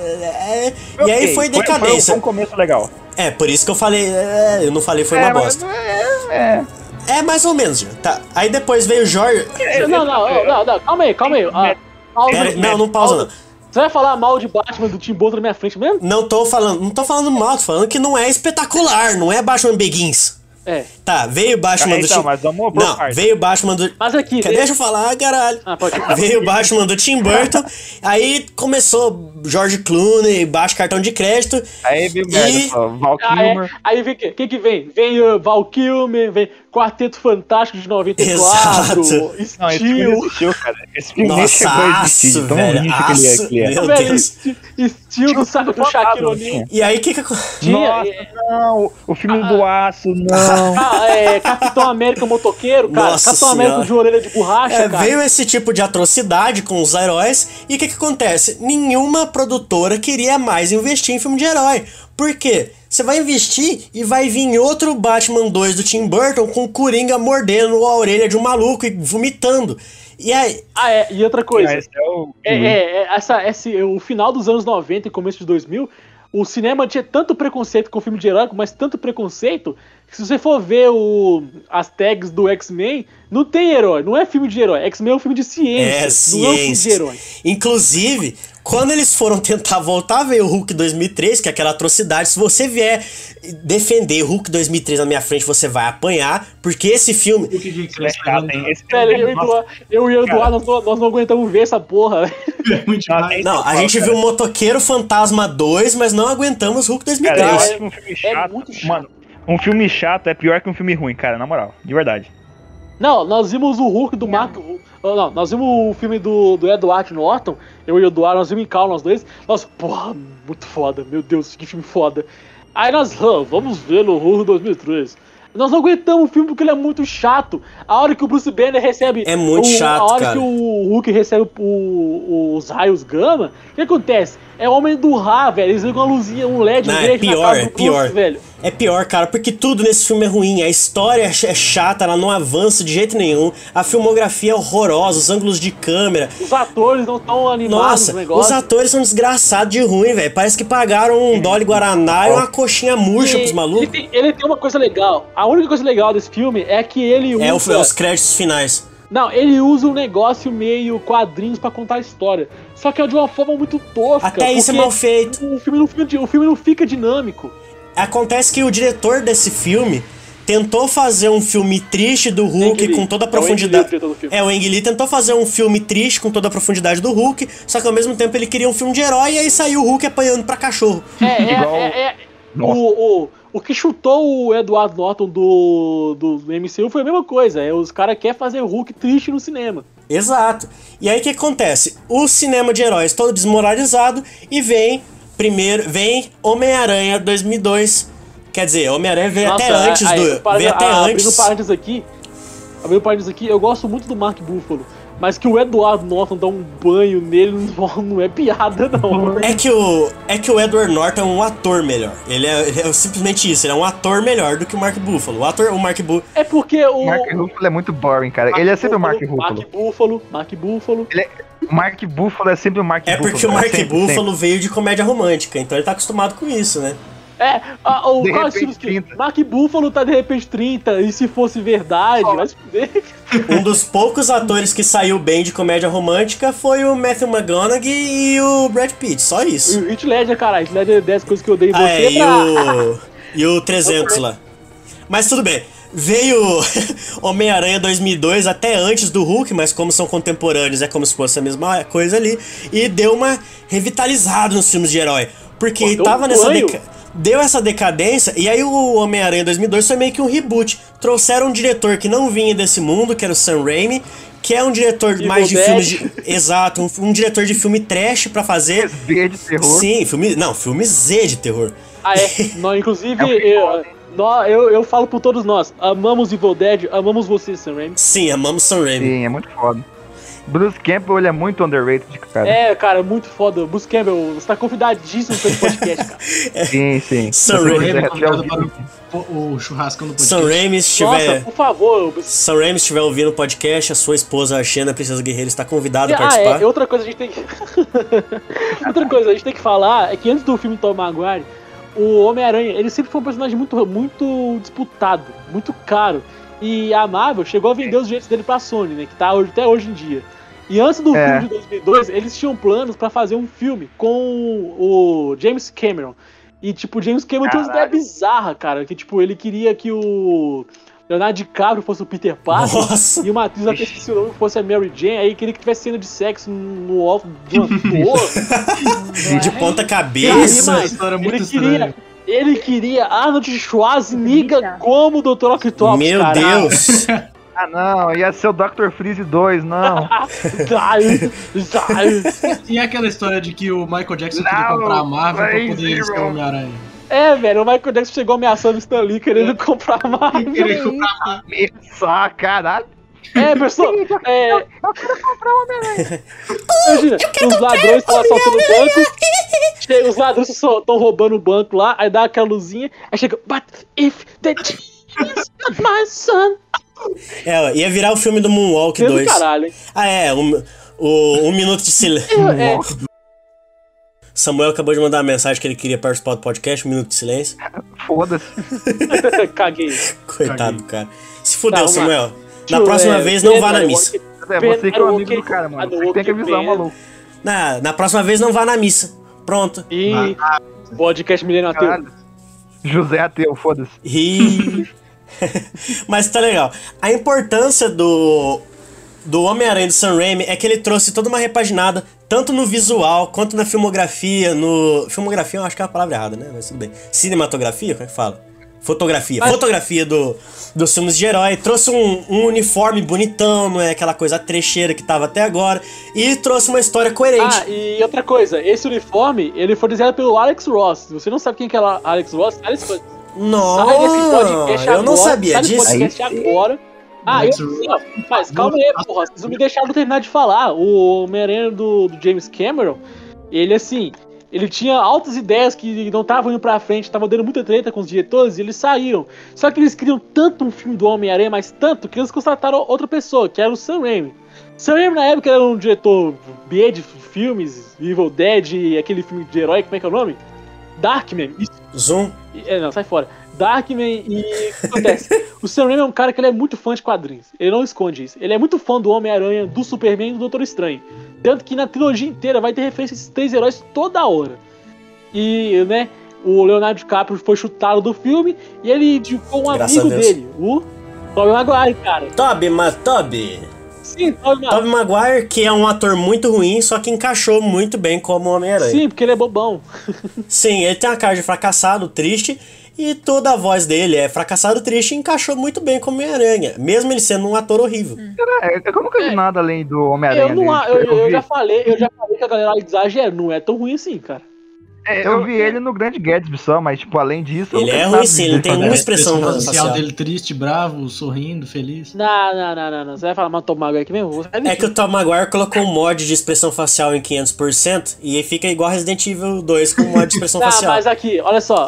É, okay. E aí foi decadência. Foi, foi um começo legal. É, por isso que eu falei... É, eu não falei foi é, uma bosta. É, é. É, mais ou menos, tá. Aí depois veio o Jorge... Não, não, não, não, calma aí, calma aí. Ah, pausa, Era, não, não pausa pausa. não. Você vai falar mal de Batman do Tim Burton na minha frente mesmo? Não tô falando, não tô falando mal, tô falando que não é espetacular, não é Batman Begins. É. Tá, veio o Batman ah, do então, Tim... mas vamos Não, parte. veio o Batman do... Mas aqui... Quer, deixa eu falar, caralho. Ah, pode... Veio o Batman do Tim Burton, aí começou George Clooney, baixo cartão de crédito. Aí veio e... merda, só, Val Kilmer. Ah, é. Aí vem quem que, que vem? Vem uh, Val Kilmer, vem Quarteto Fantástico de noventa e quatro, Exato. Steel. Não, esse filme não existiu, cara. Esse filme nem chegou a existir, tão velho, lixo que ele é. Que ele é. Meu velho, Deus. Steel do saco do Shaquille O'Neal. E aí, o que que... Nossa, não, o filme ah, do aço, não. Ah, é, Capitão América motoqueiro, cara. Nossa Capitão senhora. América de orelha de borracha, é, cara. Veio esse tipo de atrocidade com os heróis. E o que que acontece? Nenhuma produtora queria mais investir em filme de herói. Por quê? Você vai investir e vai vir outro Batman dois do Tim Burton com o Coringa mordendo a orelha de um maluco e vomitando. E aí... Ah, é, e outra coisa. Esse é o... É, é, é, essa, esse, o final dos anos noventa e começo de dois mil, o cinema tinha tanto preconceito com o filme de herói, mas tanto preconceito, que se você for ver o, as tags do X-Men, não tem herói, não é filme de herói. X-Men é um filme de ciência, é, ciência. não é um filme de herói. Inclusive, quando eles foram tentar voltar a ver o Hulk dois mil e três, que é aquela atrocidade, se você vier defender o Hulk dois mil e três na minha frente, você vai apanhar, porque esse filme... O que que é Velho, eu, Eduardo, eu e o Eduardo, nós, nós não aguentamos ver essa porra. É muito demais. Não, a gente viu Motoqueiro Fantasma dois, mas não aguentamos Hulk dois mil e três. Cara, é, um filme chato, é muito chato. Mano, um filme chato é pior que um filme ruim, cara, na moral, de verdade. Não, nós vimos o Hulk do Mark, Oh, não, nós vimos o filme do, do Edward Norton, eu e o Eduardo, nós vimos em cal, nós dois. Nossa, porra, muito foda, meu Deus, que filme foda. Aí nós, ah, vamos ver no Horror dois mil e três. Nós não aguentamos o filme porque ele é muito chato. A hora que o Bruce Banner recebe... É muito o, chato, A hora cara. que o Hulk recebe o, o, os raios gama, o que acontece? É o Homem do Ra, velho. Eles ligam uma luzinha, um L E D Não, verde é pior, na cara do é Bruce, pior. velho. É pior, cara, porque tudo nesse filme é ruim. A história é chata, ela não avança de jeito nenhum. A filmografia é horrorosa, os ângulos de câmera. Os atores não estão animados Nossa, no negócio. os atores são desgraçados de ruim, velho. Parece que pagaram um Dolly Guaraná e uma coxinha murcha E pros malucos. Ele tem, ele tem uma coisa legal. A única coisa legal desse filme é que ele usa... É, o, é os créditos finais. Não, ele usa um negócio meio quadrinhos pra contar a história. Só que é de uma forma muito tosca. Até isso é porque mal feito. O filme, não fica, o filme não fica dinâmico. Acontece que o diretor desse filme tentou fazer um filme triste do Hulk Ang Lee. com toda a É o Ang Lee, profundidade. o diretor do filme. É, o Ang Lee tentou fazer um filme triste com toda a profundidade do Hulk, só que ao mesmo tempo ele queria um filme de herói e aí saiu o Hulk apanhando pra cachorro. É, é, Igual- é, é Nossa. o, o, o que chutou o Edward Norton do, do M C U foi a mesma coisa. É, os caras querem fazer o Hulk triste no cinema. Exato. E aí o que acontece? O cinema de heróis todo desmoralizado e vem primeiro, vem Homem-Aranha dois mil e dois. Quer dizer, Homem-Aranha veio Nossa, até antes aí, do, para- veio até ah, antes. Abrindo parênteses aqui, abrindo parênteses aqui, eu gosto muito do Mark Ruffalo, mas que o Edward Norton dá um banho nele não, não é piada, não. É que o é que o Edward Norton é um ator melhor. Ele é, ele é simplesmente isso, ele é um ator melhor do que o Mark Ruffalo. O ator, o Mark Buffalo. É porque o... Mark Ruffalo é muito boring, cara. Ele é sempre o Mark Ruffalo. Mark Ruffalo, Mark Ruffalo. Ele é... O Mark Buffalo é sempre o Mark É Buffalo. porque o cara, Mark sempre, Buffalo veio de comédia romântica, então ele tá acostumado com isso, né? É, a, o De qual é o repente, estilo que- trinta. Mark Buffalo tá de repente trinta, e se fosse verdade, vai se fuder. Um dos poucos atores que saiu bem de comédia romântica foi o Matthew McConaughey e o Brad Pitt, só E isso. o Heath Ledger, caralho, Heath Ledger é dez coisas que eu odeio em Ah, você é, e pra... o, e o trezentos lá. Mas tudo bem. Veio Homem-Aranha dois mil e dois até antes do Hulk, mas como são contemporâneos, é como se fosse a mesma coisa ali. E deu uma revitalizada nos filmes de herói. Porque Pô, deu tava um nessa banho. deca... Deu essa decadência, e aí o Homem-Aranha dois mil e dois foi meio que um reboot. Trouxeram um diretor que não vinha desse mundo, que era o Sam Raimi, que é um diretor Evil mais de Dead. filmes de... Exato, um, um diretor de filme trash pra fazer... Z de terror. Sim, filme... Não, filme Z de terror. Ah, é. Nós, inclusive, É um eu, nó- eu, eu falo por todos nós. Amamos Evil Dead, amamos você, Sam Raimi. Sim, amamos Sam Raimi. Sim, é muito foda. Bruce Campbell, ele é muito underrated, cara. É, cara, muito foda. Bruce Campbell, você tá convidadíssimo pra esse podcast, cara. Sim, sim. Sam Se você Raimi. quiser, Raimi convidado até para o- o, o churrascão do Sam podcast. Raimi, se Nossa, estiver... por favor. Sam Raimi, se estiver ouvindo o podcast, a sua esposa, a Xena Princesa Guerreira, está convidada a Ah, participar. é, outra coisa a gente tem que... outra coisa a gente tem que falar é que antes do filme Tom Maguire, o Homem-Aranha, ele sempre foi um personagem muito, muito disputado, muito caro. E a Marvel chegou a vender os direitos dele pra Sony, né, que tá hoje, até hoje em dia. E antes do É. filme de dois mil e dois, eles tinham planos pra fazer um filme com o James Cameron. E, tipo, o James Cameron tinha uma ideia Caralho. bizarra, cara, que, tipo, ele queria que o Leonardo DiCaprio fosse o Peter Parker. Nossa. E uma atriz, até esqueci o nome, fosse a Mary Jane, aí queria que tivesse cena de sexo no off de uma torre. De ponta Aí, cabeça. mas história muito ele queria, ele queria Arnold Schwarzenegger Bicha. como doutor Octopus, Meu cara. Deus. Ah, não, ia ser o doutor Freeze dois, não. Sai, sai. E aquela história de que o Michael Jackson queria Não, comprar a Marvel pra vai, poder ser Zero. o Homem-Aranha. É, velho, o Michael Jackson chegou ameaçando o Stan Lee querendo comprar a Marvel. Queria comprar Só, caralho. É, pessoal, é... Eu quero comprar o Homem-Aranha. Imagina, os ladrões estão assaltando o banco, chega, os ladrões estão roubando o banco lá, aí dá aquela luzinha, aí chega, but if the is my son. É, ia virar o filme do Moonwalk Que do dois. caralho, hein? Ah, é. Um, o, um minuto de silêncio. É, Samuel acabou de mandar uma mensagem que ele queria participar do podcast, um minuto de silêncio. Foda-se. caguei. Coitado do cara. Se fudeu, Tá, uma- Samuel. Na Tio, próxima é, vez não vá na Ben missa. É você que é o amigo Ben- do cara, mano. Ben- Você que tem que avisar o Ben- maluco. Na, na próxima vez não vá na missa. Pronto. E podcast Milênio Ateu. Caralho. José Ateu, foda-se. Ri. Mas tá legal. A importância do do Homem-Aranha do Sam Raimi é que ele trouxe toda uma repaginada, tanto no visual quanto na filmografia, no... Filmografia eu acho que é a palavra errada, né? Mas tudo bem. Cinematografia, como é que fala? Fotografia. Mas- Fotografia do, dos filmes de herói. Trouxe um, um uniforme bonitão, não é aquela coisa trecheira que tava até agora. E trouxe uma história coerente. Ah, e outra coisa, esse uniforme, ele foi desenhado pelo Alex Ross. Se você não sabe quem que é o Alex Ross, Alex, sai desse podcast Não, eu não agora, sabia sai desse disso. podcast agora. Ah, Alex eu, Ross. ó, mas calma aí, porra. Vocês não me deixaram terminar de falar. O Homem-Aranha do, do James Cameron, ele assim, ele tinha altas ideias que não estavam indo pra frente, estavam dando muita treta com os diretores e eles saíram. Só que eles queriam tanto um filme do Homem-Aranha, mas tanto, que eles contrataram outra pessoa, que era o Sam Raimi. Sam Raimi na época era um diretor B de filmes, Evil Dead, aquele filme de herói, como é que é o nome? Darkman. Isso. Zoom. É, não, sai fora. Darkman e o que acontece? O Sam Raimi é um cara que ele é muito fã de quadrinhos. Ele não esconde isso. Ele é muito fã do Homem-Aranha, do Superman e do Doutor Estranho. Tanto que na trilogia inteira vai ter referência a esses três heróis toda hora. E, né, o Leonardo DiCaprio foi chutado do filme e ele indicou um Graças amigo a Deus. dele, o Tobey Maguire, cara. Tobey, mas Tobey. Sim, Tobey Maguire. Tobey Maguire, que é um ator muito ruim, só que encaixou muito bem como Homem-Aranha. Sim, porque ele é bobão. Sim, ele tem uma cara de fracassado, triste, e toda a voz dele é fracassado, triste e encaixou muito bem como Homem-Aranha, mesmo ele sendo um ator horrível. É, eu nunca vi É. nada além do Homem-Aranha. Eu, não, dele. a- Tipo, eu, eu vi- já falei, eu já falei que a galera exagera, não é tão ruim assim, cara. é, eu vi ele no Grande Gatsby só, mas, tipo, além disso... eu Ele nunca é vi ruim nada sim, dele ele tem fazendo. uma A expressão expressão facial facial. dele triste, bravo, sorrindo, feliz. Não, não, não, não, não. Você vai falar mal do Tobey Maguire aqui mesmo? Você vai É que o Tobey Maguire colocou um mod de expressão facial em quinhentos por cento e fica igual Resident Evil dois com mod de expressão Tá, facial. mas aqui, olha só.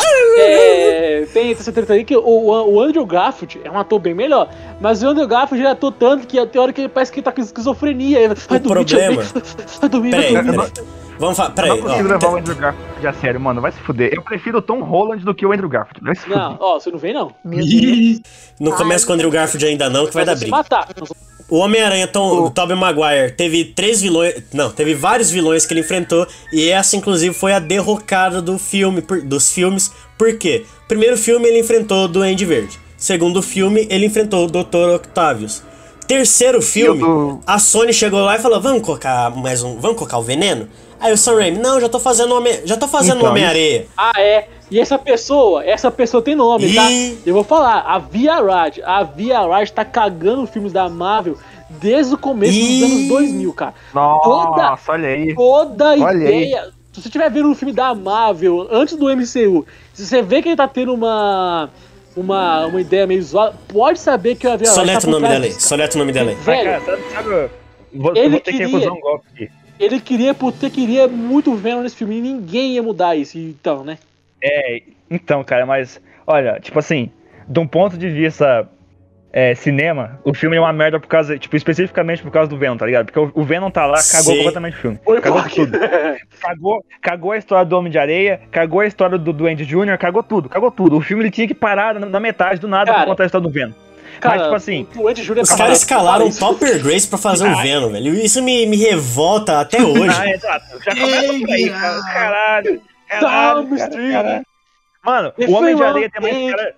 É, tem essa treta aí que o, o Andrew Garfield é um ator bem melhor. Mas o Andrew Garfield ele é ator tanto que tem hora que ele parece que ele tá com esquizofrenia. Ele vai O dormir, problema- tia, Vai dormir, vai Peraí, dormir. peraí. Vamos falar, Eu peraí, não consigo ó, levar o te- Andrew Garfield a sério, mano. Vai se fuder. Eu prefiro o Tom Holland do que o Andrew Garfield. Vai se fuder. Não, ó, você não vem não. Meu Deus. Ih, não começa com o Andrew Garfield ainda não, que vai dar Você briga. matar. O Homem-Aranha, Tom, o Tobey Maguire, teve três vilões. Não, teve vários vilões que ele enfrentou. E essa, inclusive, foi a derrocada do filme, por- dos filmes. Por quê? Primeiro filme ele enfrentou o Duende Verde. Segundo filme, ele enfrentou o doutor Octavius. Terceiro filme, Eu tô- a Sony chegou lá e falou: vamos colocar mais um. Vamos colocar o veneno? Aí o Sam Raimi, não, já tô fazendo Homem, já tô fazendo Então, Homem-Areia. Ah, é. E essa pessoa, essa pessoa tem nome, tá? Ih. Eu vou falar, a Via Raj. A Via Raj tá cagando os filmes da Marvel desde o começo Ih. dos anos dois mil, cara. Nossa, olha aí. Toda Olha ideia. Se você estiver vendo um filme da Marvel antes do M C U, se você vê que ele tá tendo uma. Uma, uma ideia meio zoada, pode saber que a Via Raj Soleta tá o por nome trás dela aí, disso, soleta o nome dela aí. Mas, velho. cara, sabe, sabe, vou, Ele vou ter que queria- recusar um golpe aqui. Ele queria, porque queria muito Venom nesse filme e ninguém ia mudar isso, então, né? É, então, cara, mas, olha, tipo assim, de um ponto de vista é, cinema, o filme é uma merda por causa, tipo, especificamente por causa do Venom, tá ligado? Porque o, o Venom tá lá, cagou Sim. completamente o filme. Foi Cagou porque- tudo. Cagou, cagou a história do Homem de Areia, cagou a história do Duende Júnior, cagou tudo, cagou tudo. O filme ele tinha que parar na, na metade do nada Cara, pra contar a história do Venom. Cara, Mas, tipo assim, o Andy Júnior Os tá caras falando- escalaram o isso. Topper Grace pra fazer o Venom, velho. Isso me, me revolta até hoje. Ah, exato. Já começa por aí, cara. Caralho. Caralho, Salve, cara, Steve. caralho. Mano, E o Homem de foi Areia tem mais ontem. cara.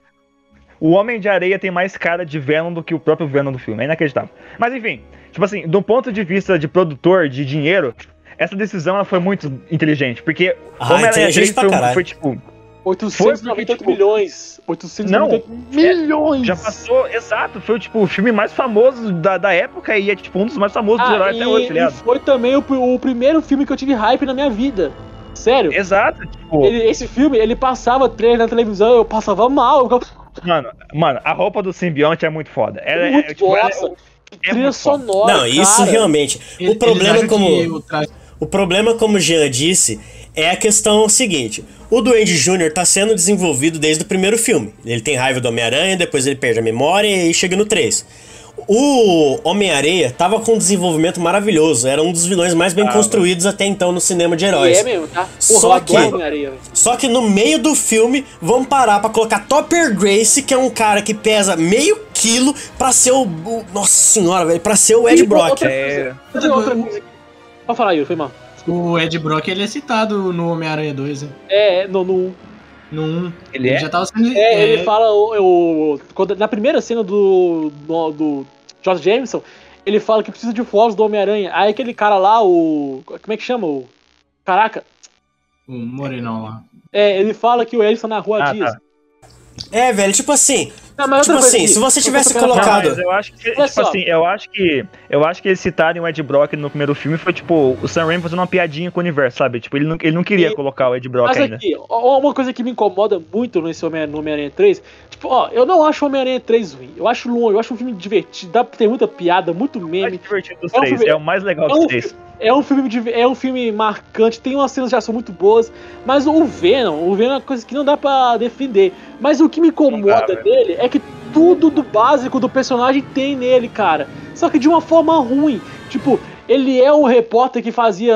O Homem de Areia tem mais cara de Venom do que o próprio Venom do filme. É inacreditável. Mas enfim, tipo assim, do ponto de vista de produtor, de dinheiro, essa decisão ela foi muito inteligente. Porque Ah, Homem-Aranha inteligente três pra foi, um- caralho. foi tipo. oitocentos e noventa e oito Foi porque, tipo, milhões. oitocentos e noventa e oito milhões. Já passou, exato, foi tipo o filme mais famoso da, da época e é tipo um dos mais famosos dos Ah, heróis e, até hoje, tá e ligado? foi também o, o primeiro filme que eu tive hype na minha vida. Sério. Exato, tipo. Ele- esse filme, ele passava trailer na televisão, eu passava mal. Eu ficava Mano, mano, a roupa do simbionte é muito foda. Ela, é- muito é, tipo, ela nossa. é, Que é trilha muito foda. sonora. Não, isso cara. realmente. ele- O problema, eles acham como. que o traje- O problema, como o Jean disse, é a questão seguinte: o Duende Júnior tá sendo desenvolvido desde o primeiro filme. Ele tem raiva do Homem-Aranha, depois ele perde a memória e chega no três. O Homem-Areia tava com um desenvolvimento maravilhoso, era um dos vilões mais bem construídos até então no cinema de E heróis. é mesmo, tá? Só eu que- adoro Homem-Aranha, velho. Só que no meio do filme, vão parar pra colocar Topper Grace, que é um cara que pesa meio quilo, pra ser o. o- nossa senhora, velho, pra ser o Ed E Brock. outra É. coisa, outra coisa. Pode falar aí, foi mal. O Ed Brock ele é citado no Homem-Aranha dois, né? É, no, no, No um. Ele é? já tava sendo. é, ele fala, o, o- quando- na primeira cena do, do, do Josh Jameson, ele fala que precisa de fotos do Homem-Aranha. Aí aquele cara lá, o... como é que chama? O, caraca. O Morenão lá. É, ele fala que o Edson na rua Ah, Dias. tá. É, velho, tipo assim... Não, mas tipo outra assim, coisa se você aqui, tivesse outra coisa Não, colocado... mas eu acho que, Olha tipo só. assim, eu acho que. Eu acho que eles citarem o Ed Brock no primeiro filme foi, tipo, o Sam Raimi fazendo uma piadinha com o universo, sabe? Tipo, ele não, ele não queria E- colocar o Ed Brock Mas ainda. aqui, ó, uma coisa que me incomoda muito nesse Homem- no Homem-Aranha três, tipo, ó, eu não acho o Homem-Aranha três ruim. Eu acho longo, eu acho um filme divertido, dá pra ter muita piada, muito O mais meme. divertido dos É um três, filme- é o mais legal É dos um, três. fi- é, um filme de- é um filme marcante, tem umas cenas de ação muito boas, mas o Venom, o Venom é uma coisa que não dá pra defender. Mas o que me incomoda Não dá, velho. dele é que tudo do básico do personagem tem nele, cara. Só que de uma forma ruim. Tipo, ele é um repórter que fazia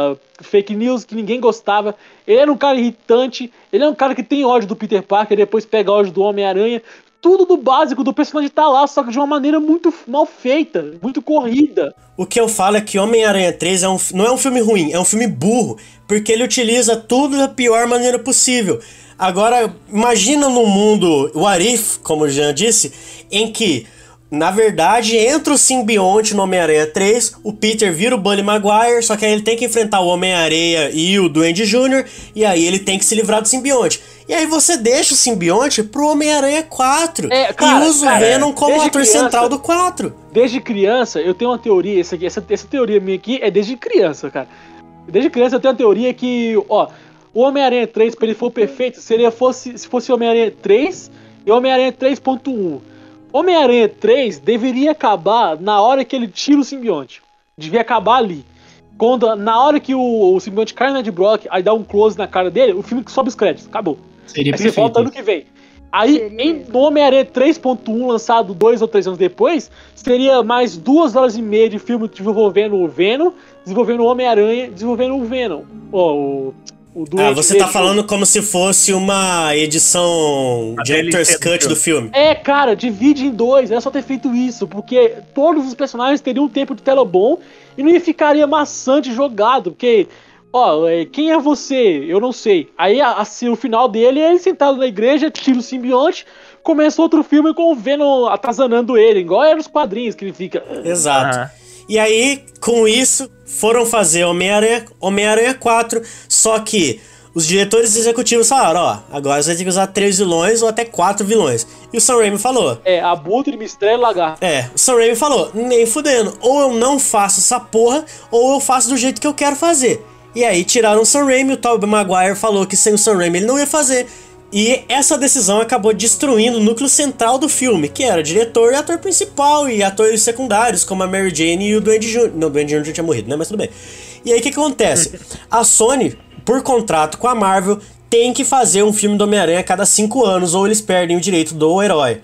fake news que ninguém gostava. Ele era um cara irritante. Ele é um cara que tem ódio do Peter Parker, depois pega ódio do Homem-Aranha. Tudo do básico do personagem tá lá, só que de uma maneira muito mal feita, muito corrida. O que eu falo é que Homem-Aranha três é um, não é um filme ruim, é um filme burro, porque ele utiliza tudo da pior maneira possível. Agora, imagina num mundo What If, como o Jean disse, em que, na verdade, entra o simbionte no Homem-Aranha três, o Peter vira o Bully Maguire, só que aí ele tem que enfrentar o Homem-Aranha e o Duende Júnior, e aí ele tem que se livrar do simbionte. E aí você deixa o simbionte pro Homem-Aranha quatro, É, cara, e usa cara, o Venom como desde ator criança- central do quatro. Desde criança, eu tenho uma teoria, essa, aqui, essa, essa teoria minha aqui é desde criança, cara. Desde criança eu tenho uma teoria que, ó, o Homem-Aranha três, pra ele for perfeito, seria fosse, se fosse Homem-Aranha três e Homem-Aranha três ponto um. Homem-Aranha três deveria acabar na hora que ele tira o simbionte. Devia acabar ali. Quando, na hora que o, o simbionte cai no Ed Brock, aí dá um close na cara dele, o filme sobe os créditos, acabou. Seria Aí você volta ano perfeito. que vem. Aí, Seria em, mesmo. no Homem-Aranha três ponto um, lançado dois ou três anos depois, seria mais duas horas e meia de filme desenvolvendo o Venom, desenvolvendo o Homem-Aranha, desenvolvendo o Venom. Ó, o, o Ah, Duende você tá Verde. falando como se fosse uma edição A Director's D L C do Cut do filme. É, cara, divide em dois, era só ter feito isso, porque todos os personagens teriam um tempo de tela bom e não ia ficaria maçante jogado, porque, ó, é, quem é você? Eu não sei. Aí, assim, o final dele é ele sentado na igreja, tira o simbionte, começa outro filme com o Venom atazanando ele, igual era nos quadrinhos, que ele fica... Exato. Aham. E aí, com isso, foram fazer Homem-Aranha, Homem-Aranha quatro, só que os diretores executivos falaram, ó, agora você vai ter que usar três vilões ou até quatro vilões. E o Sam Raimi falou, É, Abutre, Mistério e Lagarto. é, o Sam Raimi falou, nem fudendo, ou eu não faço essa porra, ou eu faço do jeito que eu quero fazer. E aí tiraram o Sam Raimi, o Tobey Maguire falou que sem o Sam Raimi ele não ia fazer. E essa decisão acabou destruindo o núcleo central do filme, que era diretor e ator principal e atores secundários, como a Mary Jane e o Duende Júnior. Não, o Duende Júnior já tinha morrido, né? Mas tudo bem. E aí o que, que acontece? A Sony, por contrato com a Marvel, tem que fazer um filme do Homem-Aranha a cada cinco anos, ou eles perdem o direito do herói.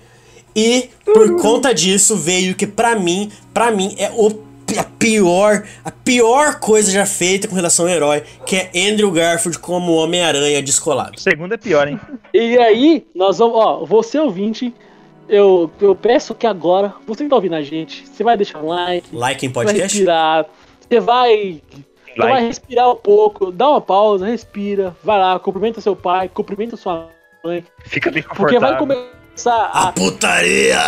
E por conta disso veio que pra mim, pra mim é o a pior, a pior coisa já feita com relação ao herói, que é Andrew Garfield como Homem-Aranha descolado. O segundo é pior, hein? E aí, nós vamos, ó, você ouvinte, eu, eu peço que agora, você que tá ouvindo a gente, você vai deixar um like, Like em você vai podcast? respirar, você vai, você Like. vai respirar um pouco, dá uma pausa, respira, vai lá, cumprimenta seu pai, cumprimenta sua mãe, Fica bem porque vai confortável. começar A a, putaria!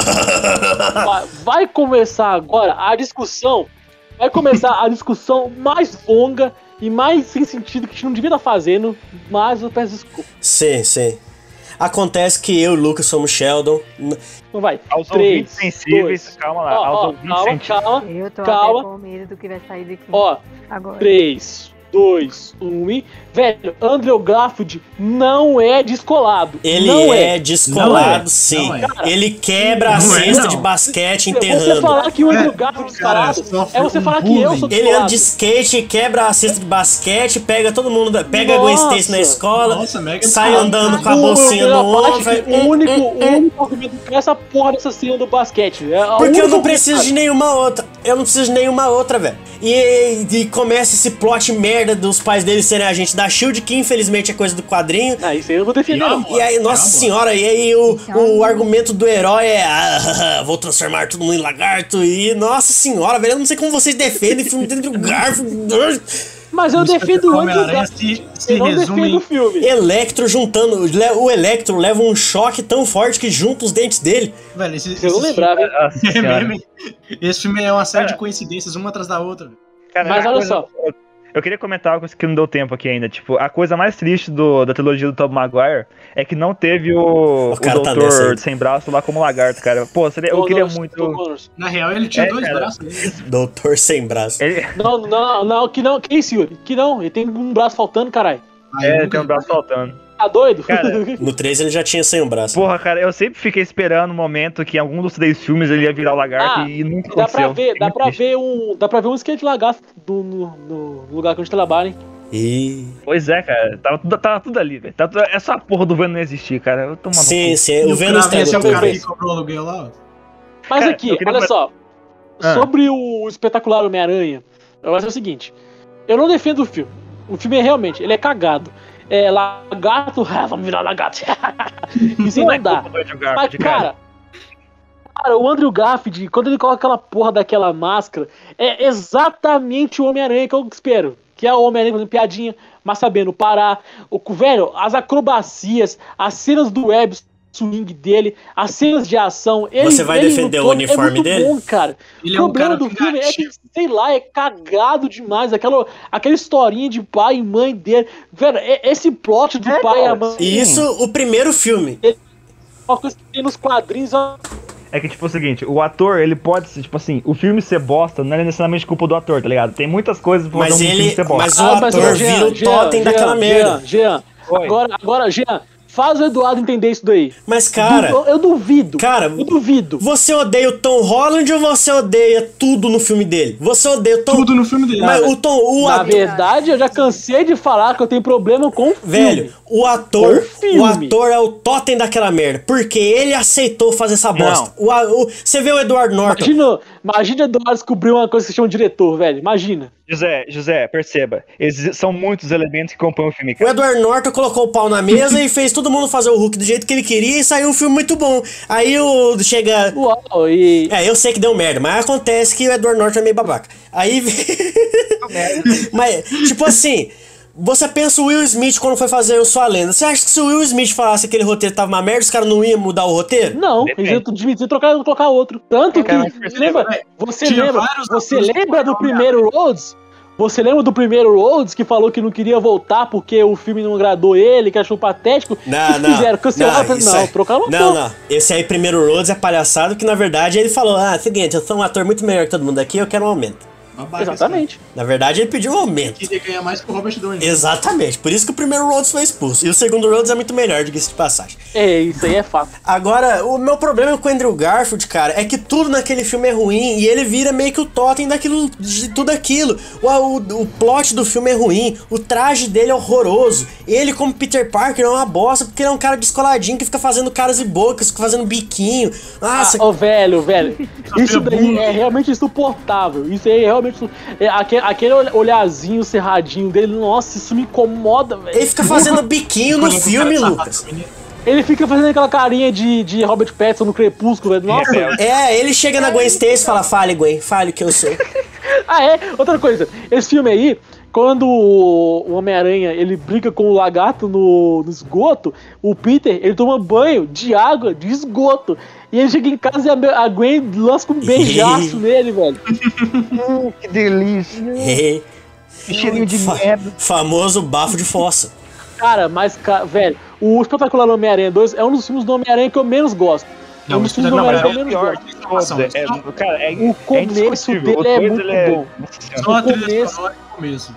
vai, vai começar agora a discussão, vai começar a discussão mais longa e mais sem sentido que a gente não devia estar fazendo, mas eu peço desculpa. Sim, sim. Acontece que eu e o Lucas somos Sheldon. Então vai, Aos três, ouvintes sensíveis, dois. calma lá. Ó, aos ó, ouvintes calma, sensíveis. calma, Eu tô Calma. até com medo do que vai sair daqui ó, agora. três, dois, um e... Velho, Andrew Garfield não é descolado. Ele não é, é. descolado, Não é, sim. não é. Ele quebra a Não é, cesta não. de basquete Você enterrando. falar que o Andrew É, Garfield é cara, descolado sofre é você um falar que eu sou bullying. Ele anda descolado. de skate, quebra a cesta de basquete, pega todo mundo, da- pega a Gwen Nossa. Stacy na escola, Nossa, mega sai descolado. andando com a O- bolsinha a no parte ombro. vai- que O único, o único argumento que é essa porra dessa cena do basquete. É a Porque eu única não preciso coisa- de nenhuma outra. Eu não preciso de nenhuma outra, velho. E, e começa esse plot merda dos pais dele serem agentes da SHIELD, que infelizmente é coisa do quadrinho. Ah, isso aí eu não vou defender, não. E aí, nossa Calma. senhora, e aí o, Isso é o um- argumento do herói é ah, vou transformar todo mundo em lagarto. E nossa senhora, velho, eu não sei como vocês defendem filme dentro do Garfield. Mas eu Por isso que defendo o Andrew Homem-Aranha Garfield. se, se Eu não resume defendo o em filme. Electro juntando. le- O Electro leva um choque tão forte que junta os dentes dele. Velho, esse, Eu não esse lembrava, hein? Nossa filme, é senhora. meme. Esse filme é uma série de coincidências, uma atrás da outra. Cara, Mas uma olha coisa- só. Eu queria comentar algo que não deu tempo aqui ainda. Tipo, a coisa mais triste do, da trilogia do Tobey Maguire é que não teve o, o, o doutor tá sem braço lá como lagarto, cara. Pô, seria, eu queria muito... Na real, ele tinha é, dois cara. braços. Doutor sem braço. Ele... Não, não, não, que não, que isso, Yuri? Que não, ele tem um braço faltando, caralho. Ah, É, eu ele nunca tem um vi. braço faltando. Tá doido? Cara, No três ele já tinha sem um braço. Porra, cara, eu sempre fiquei esperando o momento que em algum dos três filmes ele ia virar o lagarto Ah, e nunca Dá aconteceu. pra ver, Fiquei dá muito pra triste. ver um. Dá pra ver um skate de lagarto no, no, no lugar que a gente trabalha, hein? E... Pois é, cara, tava tudo, tava tudo ali, velho. Tava tudo- É só a porra do Venom não existir, cara. Eu tô maluco. Sim, sim. E O Venom cara, esse é estragou o cara tudo. que cobrou o aluguel lá, ó. Mas Cara, aqui, eu queria olha fazer- só. Ah. Sobre o espetacular Homem-Aranha, eu acho o seguinte. Eu não defendo o filme. O filme é realmente, ele é cagado. É lagarto, ah, vamos virar lagarto. Isso aí não dá. Mas, cara, cara, o Andrew Garfield, quando ele coloca aquela porra daquela máscara, é exatamente o Homem-Aranha que eu espero. Que é o Homem-Aranha fazendo piadinha, mas sabendo parar. O, velho, as acrobacias, as cenas do web swing dele, as cenas de ação. Ele, Você vai ele defender no o todo uniforme é muito dele? Bom, cara. Ele O é um problema cara do filme é que, vingativo. sei lá, é cagado demais. Aquela, aquela historinha de pai e mãe dele. Velho, é- esse plot do É, pai e a cara, mãe. E isso, o primeiro filme. Uma coisa que tem nos quadrinhos. Ó. É que, tipo, é o seguinte, o ator, ele pode ser, tipo assim, o filme ser bosta não é necessariamente culpa do ator, tá ligado? Tem muitas coisas pra fazer Mas um filme ele. ser bosta. Mas o Ah, mas, ator ô, Jean, vira o Jean, totem Jean, daquela Jean, merda. Jean, Oi. agora, agora, Jean, faz o Eduardo entender isso daí. Mas, cara. eu, eu duvido. Cara, eu duvido. Você odeia o Tom Holland ou você odeia tudo no filme dele? Você odeia o Tom. Tudo no filme dele. Mas o Tom. O Na ator. verdade, eu já cansei de falar que eu tenho problema com o filme. Velho, o ator, O filme. o ator é o totem daquela merda, porque ele aceitou fazer essa bosta. O, a- o- você vê o Edward Norton. Imagina, imagina o Eduardo descobrir uma coisa que se chama diretor, velho. Imagina. José, José, perceba, esses são muitos elementos que compõem o filme, O cara. Edward Norton colocou o pau na mesa e fez todo mundo fazer o Hulk do jeito que ele queria e saiu um filme muito bom. Aí o chega. Uau, e. É, eu sei que deu merda, mas acontece que o Edward Norton é meio babaca. Aí. Mas, tipo assim. Você pensa o Will Smith quando foi fazer Eu Sou a Lenda. Você acha que se o Will Smith falasse que aquele roteiro tava uma merda, os caras não iam mudar o roteiro? Não, Depende. eles iam dividir e trocar, colocar outro. Tanto que. Cara, mas perceba, Lembra? velho, Você tinha lembra? vários Você atores lembra que do foram primeiro Rhodes? Você lembra do primeiro Rhodes que falou que não queria voltar porque o filme não agradou ele, que achou patético? Não, que não. fizeram? Cancelaram? Não, isso não aí- trocaram o Não, ator. não. Esse aí, primeiro Rhodes, é palhaçado, que na verdade ele falou: ah, seguinte, eu sou um ator muito melhor que todo mundo aqui, eu quero um aumento. Babaca, Exatamente. Na verdade, ele pediu um aumento. esse cara. Queria ganhar mais que o Robert Downey. Exatamente. Por isso que o primeiro Rhodes foi expulso. E o segundo Rhodes é muito melhor, diga-se de passagem. É, isso aí é fato. Agora, o meu problema com o Andrew Garfield, cara, é que tudo naquele filme é ruim e ele vira meio que o totem daquilo, de tudo aquilo. O, o, o plot do filme é ruim, o traje dele é horroroso. Ele, como Peter Parker, é uma bosta porque ele é um cara descoladinho que fica fazendo caras e bocas, fica fazendo biquinho. Nossa, Ô, velho, velho. Isso é daí bom. é realmente insuportável. Isso aí é realmente. insu- É, aquele, aquele olharzinho cerradinho dele, nossa, isso me incomoda, velho. ele fica fazendo biquinho no filme, Lucas. Ele fica fazendo aquela carinha de, de Robert Pattinson no Crepúsculo, velho. Nossa. É, ele chega na Gwen Stacy e fala: fale, Gwen, fale que eu sou. Ah, é? Outra coisa. Esse filme aí, quando o o Homem-Aranha ele briga com o lagarto no, no esgoto, o Peter ele toma banho de água de esgoto. E ele chega em casa e a, a Gwen lança um beijaço nele, velho. Hum, que delícia. É. Que cheirinho de Fa- merda. famoso bafo de fossa. Cara, mas, ca- velho, o Espetacular Homem-Aranha dois é um dos filmes do Homem-Aranha que eu menos gosto. É um Não, dos isso filmes do não, Homem-Aranha mas que eu é menos Pior gosto. de todos, é, é, cara, é, O é começo indiscutível. dele O é dois, muito ele é- bom. Nossa Senhora. Só a No trilha começo. sonora no começo.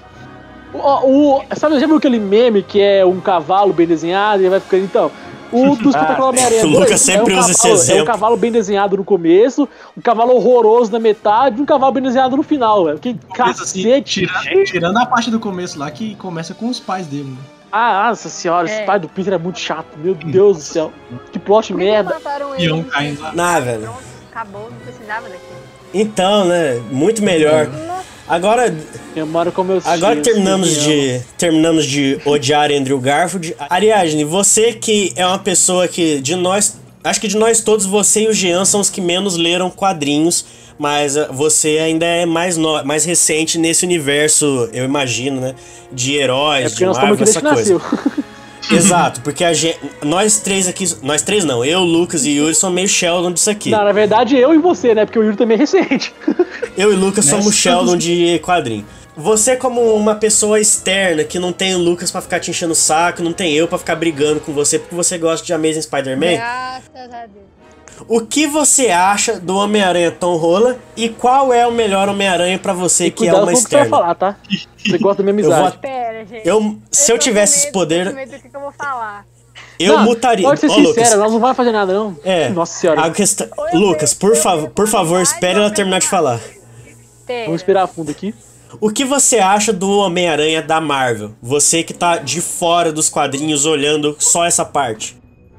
O, o, sabe, já viu aquele meme que é um cavalo bem desenhado e ele vai ficando, então... O do Espetacular Homem-Aranha o dois Lucas sempre é um usa esse cavalo, É um exemplo. cavalo bem desenhado no começo, um cavalo horroroso na metade e um cavalo bem desenhado no final, velho. Que Começa assim, cacete! tirando, tirando a parte do começo lá, que começa com os pais dele, né? Ah, nossa senhora, esse É. pai do Peter é muito chato, meu Deus do céu. Que plot Por que que merda. mataram E ele? um caindo lá. Ah, velho. Pronto, acabou, não precisava daquilo. Então, né? Muito melhor. Agora, Eu moro com meus agora tios, terminamos que me de terminamos de odiar Andrew Garfield. Ariadne, você que é uma pessoa que de nós, acho que de nós todos você e o Jean são os que menos leram quadrinhos, mas uh, você ainda é mais no, mais recente nesse universo, eu imagino, né? De heróis, É de porque nós estamos Marvel, aqui essa desde que coisa. nasceu. Exato, porque a gente, nós três aqui, nós três não, eu, Lucas e Yuri somos meio Sheldon disso aqui. Não, na verdade eu e você, né? Porque o Yuri também é recente. Eu e Lucas somos Nessa- Sheldon de quadrinho. você como uma pessoa externa, que não tem o Lucas pra ficar te enchendo o saco, não tem eu pra ficar brigando com você, porque você gosta de Amazing Spider-Man. Graças a Deus. O que você acha do Homem-Aranha Tom Holland e qual é o melhor Homem-Aranha pra você, que é uma com o que você externa? vai falar, tá? Você gosta da minha Eu amizade. vou- Pera, gente. Eu, se eu, tô com tivesse esse medo, poder, tô com medo do que que eu vou falar. eu Não, mutaria. Pode ser Ô, sincera, Lucas, nós não vamos fazer nada, não. é, Nossa senhora. a questão... Ou eu Lucas, perco- por, eu fa perco por a favor, amizade, espere ou eu ela terminar de perco a falar. Pera. Vamos esperar a fundo aqui. O que você acha do Homem-Aranha da Marvel? Você que tá de fora dos quadrinhos olhando só essa parte.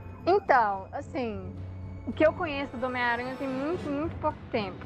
Então, assim, o que eu conheço do Homem-Aranha tem muito, muito pouco tempo.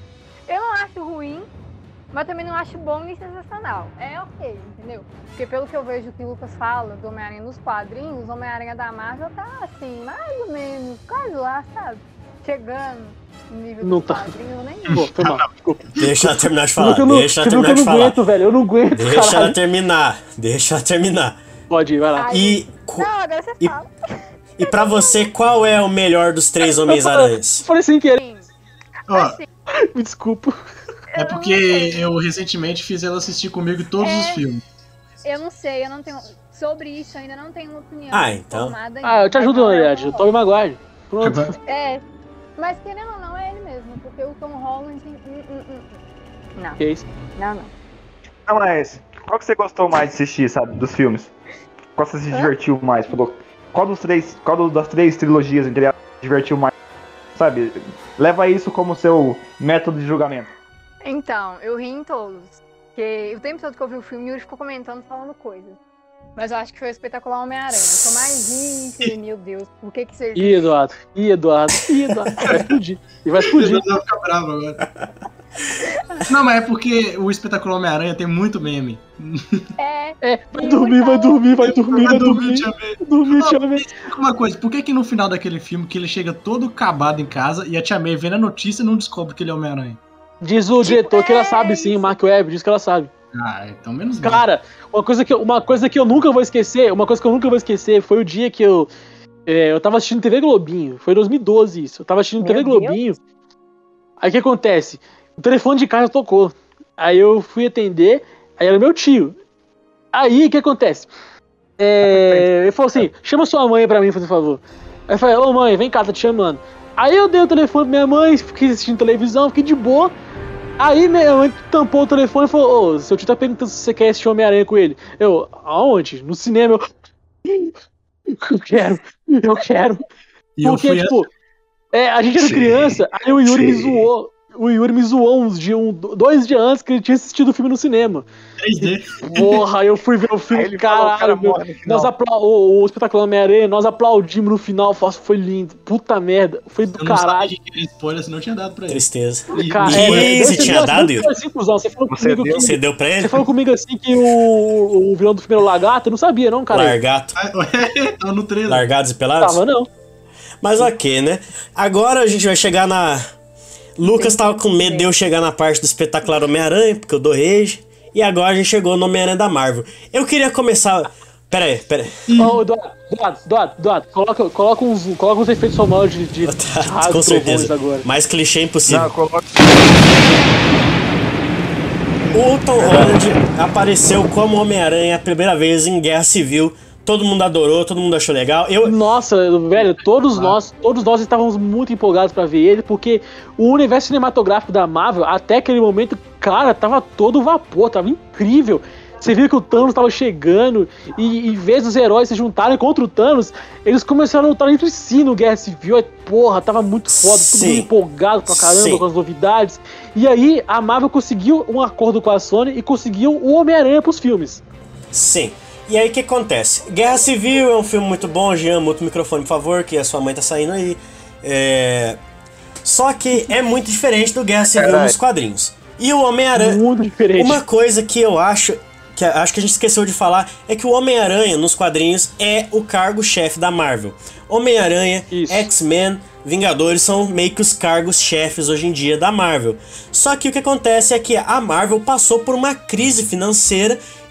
Eu não acho ruim, mas também não acho bom nem sensacional. É ok, entendeu? Porque pelo que eu vejo que o Lucas fala do Homem-Aranha nos quadrinhos, o Homem-Aranha da Marvel tá assim, mais ou menos, quase lá, sabe? Chegando no nível Não dos tá. quadrinhos, nem Pô, foi mal. Desculpa. Deixa ela terminar de Você falar, viu que eu não, deixa ela você viu que terminar eu de não falar. aguento, velho. Eu não aguento, Deixa ela caralho. terminar, deixa ela terminar. Pode ir, vai lá. Ai, E, co- Não, agora você e- fala. e pra você, qual é o melhor dos três Homens-Aranhas? Falei sem querer. Sim, Ó, assim, Me desculpa. é eu porque não sei. eu recentemente fiz ela assistir comigo todos É. os filmes. Eu não sei, eu não tenho. Sobre isso, eu ainda não tenho uma opinião. Ah, então. formada ainda. Ah, eu te ajudo, Mas não é o Ariadne. Tom Tobey Maguire. Pronto. Agora- É, mas querendo ou não, é ele mesmo, porque o Tom Holland. hum, hum, hum, hum. Não, Que é isso? não, não. Não, mas qual que você gostou mais de assistir, sabe, dos filmes? Qual você se Hã? divertiu mais? Falou, qual dos três, qual do- das três trilogias, entre elas, se divertiu mais? Sabe, leva isso como seu método de julgamento. Então, eu ri em todos. Porque o tempo todo que eu vi o filme, o Yuri ficou comentando, falando coisas. Mas eu acho que foi o espetacular Homem-Aranha. Eu tô mais ri, falei, meu Deus, por que que você. Ih, Eduardo. Ih, Eduardo. Ih, Eduardo. Vai explodir. E vai explodir. Eu vou ficar bravo agora. Não, mas é porque o espetacular Homem-Aranha tem muito meme. É, É, vai dormir, vai dormir, vai dormir, vai dormir. Te amei. Vai dormir, te amei. Explica uma coisa, por que que no final daquele filme que ele chega todo acabado em casa e a Tia May vendo a notícia não descobre que ele é Homem-Aranha? Diz o diretor que ela sabe sim, o Mark Webb, diz que ela sabe. Ah, então menos mal. Cara, uma coisa, que eu, uma coisa que eu nunca vou esquecer, uma coisa que eu nunca vou esquecer foi o dia que eu. É, eu tava assistindo T V Globinho. Foi em dois mil e doze isso. Eu tava assistindo Meu T V Deus. Globinho. Aí o que acontece? O telefone de casa tocou. Aí eu fui atender, aí era meu tio. Aí o que acontece? É, ele falou assim: chama sua mãe pra mim, por favor. Aí eu falei: ô mãe, vem cá, tá te chamando. Aí eu dei o telefone pra minha mãe, fiquei assistindo televisão, fiquei de boa. Aí minha mãe tampou o telefone e falou: ô, seu tio tá perguntando se você quer assistir Homem-Aranha com ele. Eu, aonde? No cinema. Eu, eu quero, eu quero. E eu Porque, fui tipo, é, a gente era Sim, criança, aí o Yuri me sim. zoou. O Yuri me zoou uns dias, um, dois dias antes que ele tinha assistido o filme no cinema. três D. Porra, aí eu fui ver o Aí filme, ele falou, o cara caralho, meu, morre no final. nós apla o, o espetáculo Homem-Aranha, nós aplaudimos no final, nossa, foi lindo. Puta merda, foi do Eu não sabia caralho. que era spoiler, senão eu tinha dado pra ele. Tristeza. E- Cara, E é, você você tinha deu- dado, você Yuri? deu assim, cuzão, você falou Você comigo deu? que, Você deu pra ele? você falou comigo assim que o, o vilão do filme era o Lagarto, eu não sabia não, cara. Largato. Ah, Tava no trailer. Largados e pelados? Tava não. Mas ok, né? Agora a gente vai chegar na... Lucas tava com medo de eu chegar na parte do espetacular Homem-Aranha, porque eu dou rage. E agora a gente chegou no Homem-Aranha da Marvel. Eu queria começar... Pera aí, pera aí. Ô, Eduardo, Eduardo, Eduardo, Eduardo, coloca, coloca, uns, coloca uns efeitos sonoros de, de, de Tá, rádio com trovões certeza. agora. Mais clichê impossível. Não, coloca. O Tom Holland apareceu como Homem-Aranha a primeira vez em Guerra Civil. Todo mundo adorou, todo mundo achou legal. Eu, Nossa, velho, todos nós, todos nós estávamos muito empolgados pra ver ele, porque o universo cinematográfico da Marvel, até aquele momento, cara, tava todo vapor, tava incrível. Você viu que o Thanos tava chegando, e em vez dos heróis se juntarem contra o Thanos, eles começaram a lutar entre si no Guerra Civil. Aí, porra, tava muito foda, todo Sim. mundo empolgado pra caramba Sim. com as novidades. E aí, a Marvel conseguiu um acordo com a Sony e conseguiu o Homem-Aranha pros filmes. sim. E aí o que acontece? Guerra Civil é um filme muito bom. Jean, muta o microfone, por favor, que a sua mãe tá saindo aí. É... Só que é muito diferente do Guerra Civil Verdade. nos quadrinhos. E o Homem-Aranha... Muito diferente. Uma coisa que eu acho... Que acho que a gente esqueceu de falar é que o Homem-Aranha nos quadrinhos é o cargo-chefe da Marvel. Homem-Aranha, Isso. X-Men, Vingadores são meio que os cargos-chefes hoje em dia da Marvel. Só que o que acontece é que a Marvel passou por uma crise financeira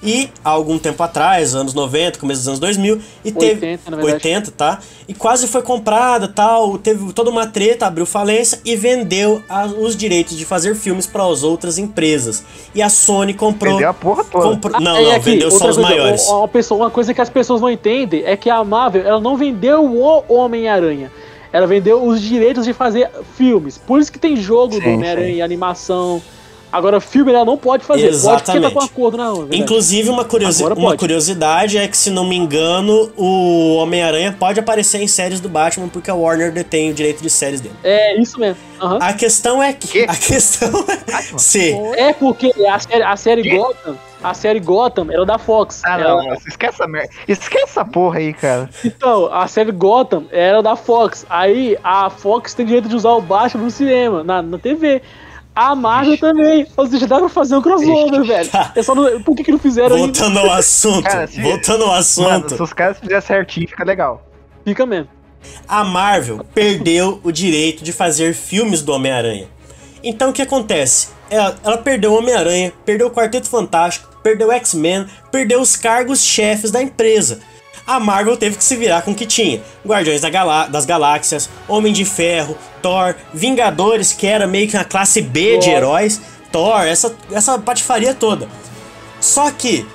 E há algum tempo atrás, anos noventa, começo dos anos dois mil, e teve oitenta, na verdade. oitenta, tá? E quase foi comprada, tal, teve toda uma treta, abriu falência e vendeu a, os direitos de fazer filmes para as outras empresas. E a Sony comprou. Vendeu a porra toda. comprou, não, Ah, não, aqui, vendeu só outra os coisa, maiores. Uma, pessoa, uma coisa que as pessoas não entendem é que a Marvel, ela não vendeu o Homem-Aranha. Ela vendeu os direitos de fazer filmes. Por isso que tem jogo Sim, do Homem-Aranha, sim. animação. Agora, filme ela não pode fazer. Exatamente. Pode porque tá com acordo, não. É verdade. Inclusive, uma, curiosi Agora uma pode. curiosidade é que, se não me engano, o Homem-Aranha pode aparecer em séries do Batman porque a Warner detém o direito de séries dele. É isso mesmo. Aham. A questão é que. Quê? A questão é. Sim. É porque a série, a série Gotham, a série Gotham era da Fox. Ah, Ela- não, esquece essa merda. Esquece essa porra aí, cara. Então, a série Gotham era da Fox. Aí a Fox tem direito de usar o Batman no cinema, na, na T V. A Marvel também. Ou seja, dá pra fazer um crossover, velho. É só não, por que, que não fizeram ainda? Voltando ao assunto. Cara, se- voltando ao Mano, assunto. se os caras fizerem certinho, fica legal. Fica mesmo. A Marvel perdeu o direito de fazer filmes do Homem-Aranha. Então o que acontece? Ela, ela perdeu o Homem-Aranha, perdeu o Quarteto Fantástico, perdeu o X-Men, perdeu os cargos-chefes da empresa. A Marvel teve que se virar com o que tinha. Guardiões da Galá- das Galáxias, Homem de Ferro, Thor, Vingadores, que era meio que uma classe B de Thor. heróis. Thor, essa, essa patifaria toda. Só que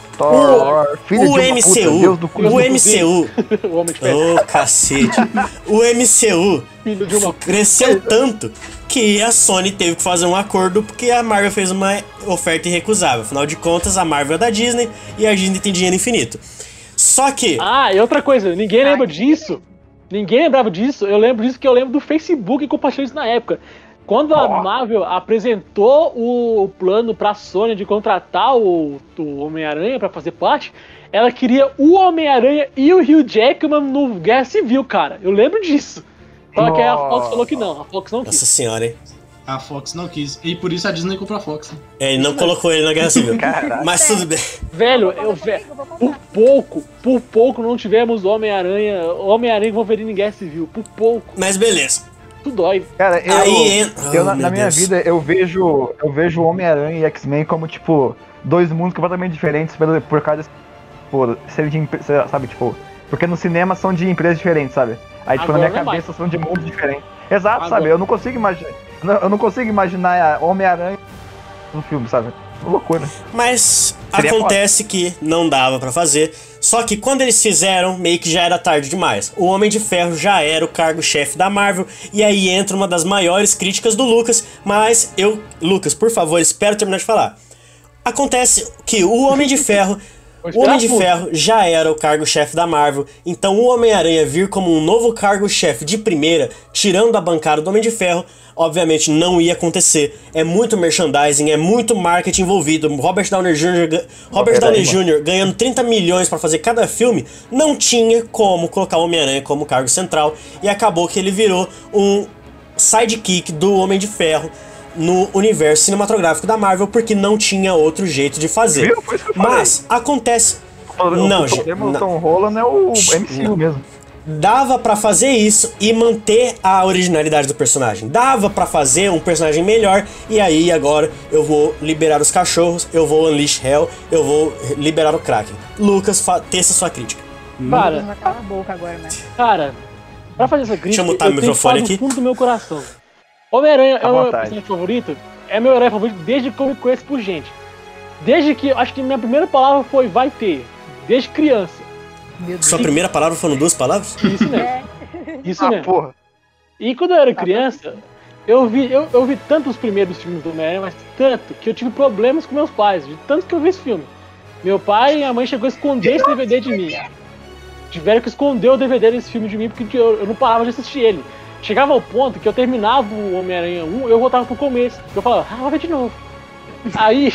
Thor, filho o de uma M C U, puta, Deus do cu. o M C U, O Homem de Ferro. ô cacete, o M C U Filho de uma... cresceu tanto que a Sony teve que fazer um acordo porque a Marvel fez uma oferta irrecusável. Afinal de contas, a Marvel é da Disney e a Disney tem dinheiro infinito. Só que... Ah, e outra coisa, ninguém lembra disso. Ninguém lembrava disso. Eu lembro disso que eu lembro do Facebook e compartilhei isso na época. Quando a Marvel apresentou o plano pra Sony de contratar o, o Homem-Aranha pra fazer parte, ela queria o Homem-Aranha e o Hugh Jackman no Guerra Civil, cara. Eu lembro disso. Só que aí a Fox falou que não. A Fox não Nossa quis. senhora, hein? A Fox não quis. E por isso a Disney comprou a Fox. Né? É, ele não colocou ele na Guerra Civil. Caralho. Mas tudo bem. Velho, eu, ve- por pouco, por pouco não tivemos Homem-Aranha, Homem-Aranha e Wolverine em Guerra Civil. Por pouco. Mas beleza. Tudo dói. Cara, eu, Aí entra- eu Oh, na, meu na minha Deus. vida, eu vejo eu vejo Homem-Aranha e X-Men como, tipo, dois mundos completamente diferentes pelo, por causa, tipo, serem de, empre- sabe, tipo, porque no cinema são de empresas diferentes, sabe? Aí, tipo, Agora na minha não é cabeça são de mundos diferentes. Exato, Agora. sabe? Eu não consigo imaginar, não- eu não consigo imaginar a Homem-Aranha no filme, sabe? Loucura. Mas Seria acontece que não dava pra fazer. Só que quando eles fizeram, meio que já era tarde demais. O Homem de Ferro já era o cargo-chefe da Marvel. E aí entra uma das maiores críticas do Lucas. Mas eu... Lucas, por favor, espero terminar de falar. Acontece que o Homem de Ferro... Vou O Homem de esperar Ferro já era o cargo-chefe da Marvel, então o Homem-Aranha vir como um novo cargo-chefe de primeira, tirando a bancada do Homem de Ferro, obviamente não ia acontecer. É muito merchandising, é muito marketing envolvido. Robert Downey Júnior, ga- Robert peraí, Downey mano. Júnior ganhando trinta milhões pra fazer cada filme, não tinha como colocar o Homem-Aranha como cargo central, e acabou que ele virou um sidekick do Homem de Ferro no universo cinematográfico da Marvel, porque não tinha outro jeito de fazer. Viu? Foi isso que eu falei. Mas acontece... O, Não, o gente, problema do não. Tom Holland é o M C U mesmo. Dava pra fazer isso e manter a originalidade do personagem. Dava pra fazer um personagem melhor. E aí agora eu vou liberar os cachorros, eu vou unleash hell, eu vou liberar o Kraken. Lucas, fa- teça sua crítica. Cara, Não vai calar a boca agora, né? cara, pra fazer essa crítica, Deixa eu mutar eu meu tenho que falar microfone do aqui. fundo do meu coração. Homem-Aranha é À o meu vontade. personagem favorito, é meu herói favorito desde que eu me conheço por gente. Desde que, acho que minha primeira palavra foi vai ter, desde criança. Meu Deus. Sua primeira palavra foram duas palavras? Isso mesmo, É. isso Ah, mesmo. porra. E quando eu era criança, eu vi, eu, eu vi tanto os primeiros filmes do Homem-Aranha, mas tanto, que eu tive problemas com meus pais, de tanto que eu vi esse filme. Meu pai e a mãe chegou a esconder esse D V D de mim. Tiveram que esconder o D V D desse filme de mim, porque eu, eu não parava de assistir ele. Chegava ao ponto que eu terminava o Homem-Aranha um, eu voltava pro começo. Eu falava, ah, vou ver de novo. Aí...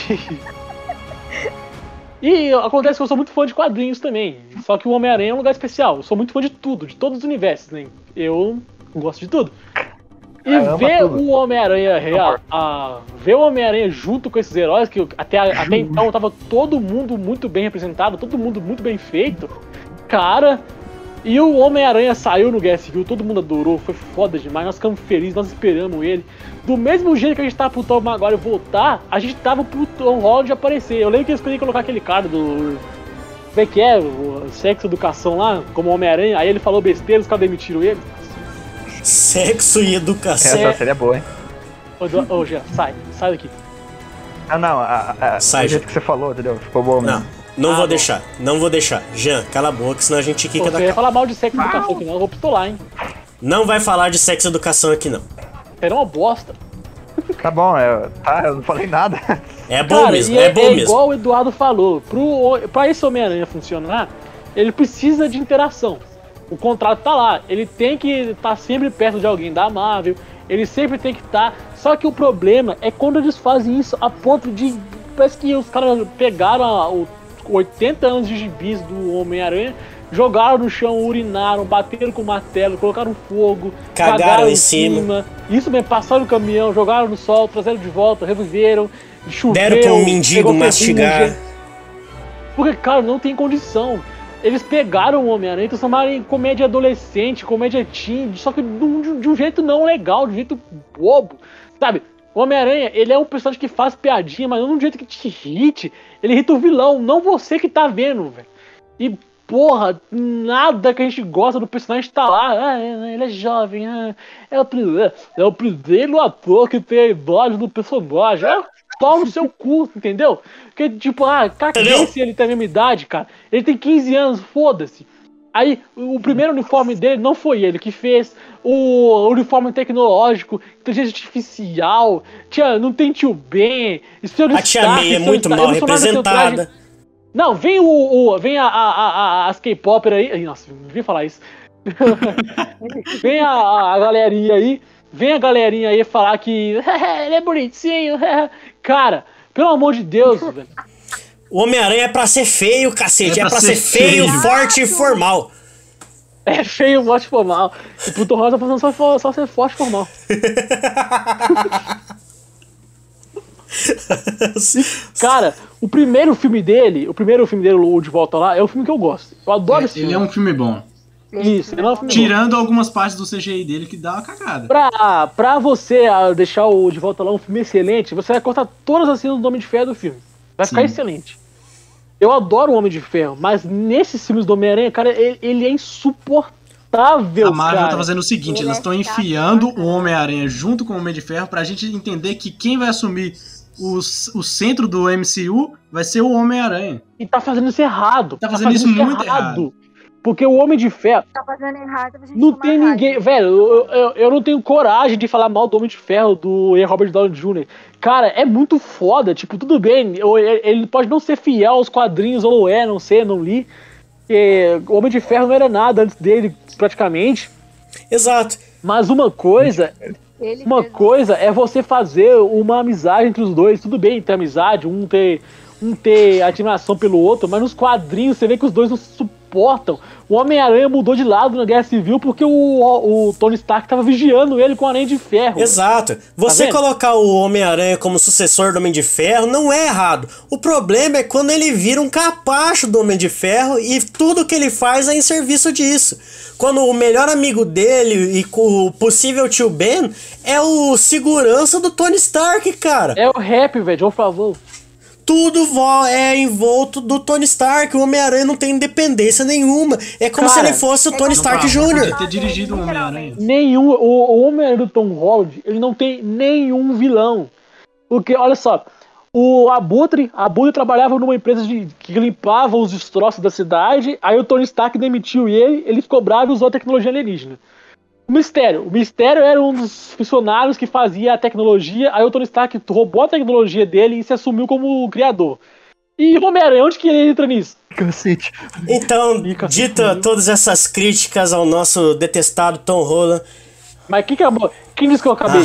E acontece que eu sou muito fã de quadrinhos também. Só que o Homem-Aranha é um lugar especial. Eu sou muito fã de tudo, de todos os universos, né? Eu gosto de tudo. E Ah, ama ver tudo. o Homem-Aranha real, a, ver o Homem-Aranha junto com esses heróis, que eu- até, até então tava todo mundo muito bem representado, todo mundo muito bem feito. Cara, E o Homem-Aranha saiu no Guerra Civil, todo mundo adorou, foi foda demais, nós ficamos felizes, nós esperamos ele. Do mesmo jeito que a gente tava pro Tom Maguire voltar, a gente tava pro Tom Holland aparecer. Eu lembro que eles queriam colocar aquele cara do... Como é que é? O Sexo Educação lá, como Homem-Aranha, aí ele falou besteira, os caras demitiram ele. Sexo e Educação. Essa seria boa, hein? Ô, ô Jean, sai, sai daqui. Ah, não, a, a, Sai, o jeito Jean. que você falou, entendeu? Ficou bom mesmo. Não. Não Ah, vou bom. deixar, não vou deixar. Jean, cala a boca, senão a gente quica Pô, da você ia cara. falar mal de Sexo Educação aqui não, eu vou pistolar, hein. Não vai falar de sexo e educação aqui, não. Era uma bosta. Tá bom, é, tá, eu não falei nada. É bom Cara, mesmo, e é bom é mesmo. igual o Eduardo falou, pro, pra esse Homem-Aranha funcionar, ele precisa de interação. O contrato tá lá, ele tem que estar sempre perto de alguém da Marvel, ele sempre tem que estar. Só que o problema é quando eles fazem isso a ponto de... Parece que os caras pegaram a, o, oitenta anos de gibis do Homem-Aranha, jogaram no chão, urinaram, bateram com o martelo, colocaram fogo, Cagaram em cima. Isso mesmo, passaram o caminhão, jogaram no sol, trouxeram de volta, reviveram, choveu, Deram pra um mendigo pegou mastigar. ferrugem. Porque, cara, não tem condição. Eles pegaram o Homem-Aranha e transformaram em comédia adolescente, comédia teen, só que de um, de um jeito não legal, de um jeito bobo, sabe? O Homem-Aranha, ele é um personagem que faz piadinha, mas não de um jeito que te irrite. Ele irrita o vilão, não você que tá vendo, velho. E, porra, nada que a gente gosta do personagem tá lá. Ah, ele é jovem, ah, é, o primeiro, é o primeiro ator que tem a idade do personagem. É pau no seu cu, entendeu? Porque, tipo, ah, caguei se ele tem a mesma idade, cara. Ele tem quinze anos, foda-se. Aí, o primeiro uniforme dele não foi ele que fez. O uniforme tecnológico, inteligência artificial, tia, não tem tio Ben. A tia May é muito mal representada. Não, vem o, o vem a, a, a, as K-Popper aí. Nossa, não vim falar isso. Vem a, a galerinha aí. Vem a galerinha aí falar que ele é bonitinho. Cara, pelo amor de Deus, velho. O Homem-Aranha é pra ser feio, cacete. É, É pra, pra ser, ser feio, feio. forte e formal. É feio, forte e formal. E pro Tom Holland tá fazendo só, só ser forte e formal. Cara, o primeiro filme dele, o primeiro filme dele, o De Volta Lá, é o filme que eu gosto. Eu adoro É, esse filme. ele é um filme bom. Isso, ele é um filme bom. Tirando algumas partes do C G I dele que dá uma cagada. Pra, pra você ah, deixar o De Volta Lá um filme excelente, você vai cortar todas as cenas do Homem de Ferro do filme. Vai ficar Sim. excelente. Eu adoro o Homem de Ferro, mas nesses filmes do Homem-Aranha, cara, ele, ele é insuportável, A Marvel cara. tá fazendo o seguinte, Ele elas é estão chato enfiando pra o Homem-Aranha junto com o Homem de Ferro pra gente entender que quem vai assumir o, o centro do M C U vai ser o Homem-Aranha. E tá fazendo isso errado. Tá fazendo isso muito errado. Porque o Homem de Ferro... Tá fazendo errado pra gente Não tomar tem raiva. ninguém... Velho, eu, eu, eu não tenho coragem de falar mal do Homem de Ferro, do Robert Downey júnior Cara, é muito foda. Tipo, tudo bem. eu- Ele pode não ser fiel aos quadrinhos, ou é, não sei, não li. É, o Homem de Ferro não era nada antes dele, praticamente. Exato. Mas uma coisa... Ele Uma fez- coisa é você fazer uma amizade entre os dois. Tudo bem ter amizade, um ter, um ter admiração pelo outro, mas nos quadrinhos você vê que os dois não se suportam. O Homem-Aranha mudou de lado na Guerra Civil porque o, o Tony Stark tava vigiando ele com a aranha de ferro. Exato. Você vendo? colocar o Homem-Aranha como sucessor do Homem de Ferro não é errado. O problema é quando ele vira um capacho do Homem de Ferro e tudo que ele faz é em serviço disso. Quando o melhor amigo dele e o possível tio Ben é o segurança do Tony Stark, cara. É o rap, velho, por favor. Tudo vo- é envolto do Tony Stark. O Homem-Aranha não tem independência nenhuma. É como Cara, se ele fosse o Tony Não, Stark Pablo, Júnior podia ter dirigido o Homem-Aranha. Nenhum. O, o Homem-Aranha do Tom Holland, ele não tem nenhum vilão. Porque, olha só, o Abutre, Abutre trabalhava numa empresa de, que limpava os destroços da cidade, aí o Tony Stark demitiu ele, ele ficou bravo e usou a tecnologia alienígena. O Mistério. O Mistério era um dos funcionários que fazia a tecnologia, aí o Tony Stark roubou a tecnologia dele e se assumiu como o criador. E o Homem-Aranha, onde que ele entra nisso? Cacete. Então, Ih, cacete. dita todas essas críticas ao nosso detestado Tom Holland, Mas quem que acabou? Quem disse que eu acabei?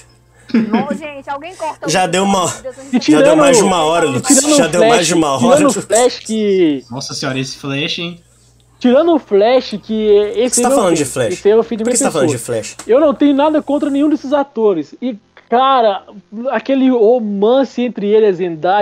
Não, gente, alguém corta Já o- deu uma- Meu Deus, eu não E sei. já deu mais de uma hora, Lucas. tirando Já o deu Flash, mais de uma hora. Tirando o Flash que... Nossa senhora, esse Flash, hein? Tirando o Flash que... Esse Você tá é meu falando fim. de Flash? Esse é o fim de Por que minha você tá falando de pessoa. Flash? Eu não tenho nada contra nenhum desses atores. E, cara, aquele romance entre ele e a Zendaya...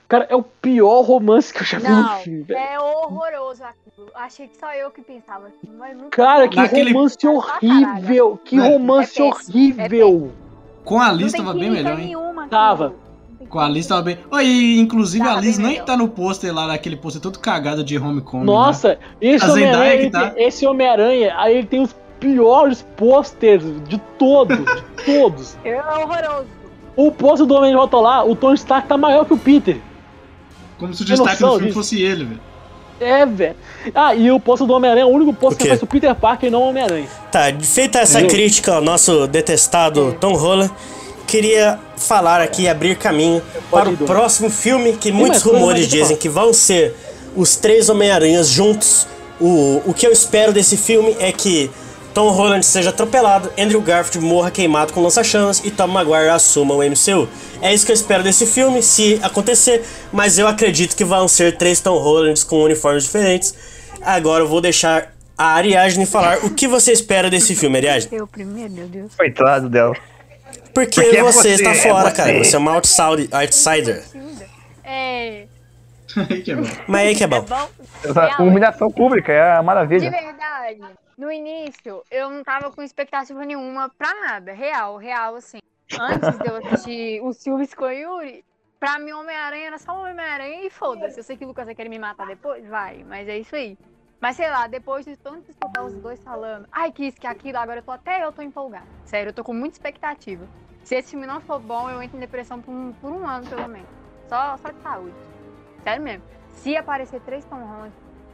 Cara, é o pior romance que eu já vi no Não, filme, velho. é horroroso aquilo. Achei que só eu que pensava assim, mas não. Cara, que Naquele- romance horrível! Que Né? romance É péssimo, horrível! Com a Não Liz tem tava bem química melhor, hein? nenhuma aquilo. Tava. Não tem Com a Liz química. tava bem. Oh, e inclusive Tava a Liz bem nem melhor. tá no pôster lá, naquele pôster todo cagado de Homecoming. Né? Nossa, esse A Zendaya Homem-Aranha, que ele tá. tem- esse Homem-Aranha, aí ele tem os piores posters de todos, de todos. É horroroso. O pôster do Homem de Volta lá, o Tony Stark tá maior que o Peter. Como se o Tem destaque do noção filme disso? fosse ele, velho. É, velho. Ah, e o pôster do Homem-Aranha, o único pôster O que quê? faz o Peter Parker e não o Homem-Aranha. Tá, feita essa Entendeu? crítica ao nosso detestado Tom Holland, queria falar aqui, abrir caminho para o ir, Dom. próximo filme, que muitos mais coisa, rumores mas deixa eu dizem que vão ser os três Homem-Aranhas juntos. O, o que eu espero desse filme é que Tom Holland seja atropelado, Andrew Garfield morra queimado com lança-chamas e Tom Maguire assuma o M C U. É isso que eu espero desse filme, se acontecer, mas eu acredito que vão ser três Tom Hollands com uniformes diferentes. Agora eu vou deixar a Ariadne falar o que você espera desse filme, Ariadne. Eu primeiro, meu Deus. Coitado dela. Porque, Porque é você, você, está é fora, você. cara. Você é uma outsider. outsider. É. Que é bom. Mas aí que é É bom. bom. Essa humilhação pública é a De maravilha. verdade, no início eu não tava com expectativa nenhuma pra nada. Real, real, assim. Antes de eu assistir os filmes com o Yuri, pra mim Homem-Aranha era só Homem-Aranha e foda-se. Eu sei que o Lucas vai querer me matar depois, vai, mas é isso aí. Mas sei lá, depois de tanto escutar os dois falando, ai, que isso, que aquilo, agora eu tô até eu tô empolgada. Sério, eu tô com muita expectativa. Se esse filme não for bom, eu entro em depressão por um, por um ano, pelo menos. Só, só de saúde. Sério mesmo. Se aparecer três Tom Holland...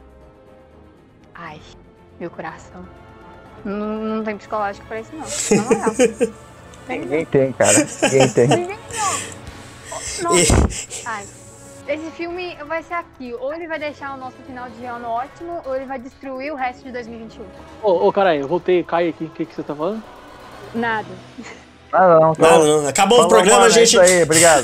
Ai, meu coração. Não, não tem psicológico pra isso, não. Na moral. Ninguém tem, cara. Ninguém tem. Ninguém não. Nossa. Ai. Esse filme vai ser aquilo. Ou ele vai deixar o nosso final de ano ótimo, ou ele vai destruir o resto de dois mil e vinte e um. Ô, ô, caralho, eu voltei, cai aqui. O que, que você tá falando? Nada. Ah, não, tá. Não, não. Acabou o Falou, programa, mano, gente. É isso aí, obrigado.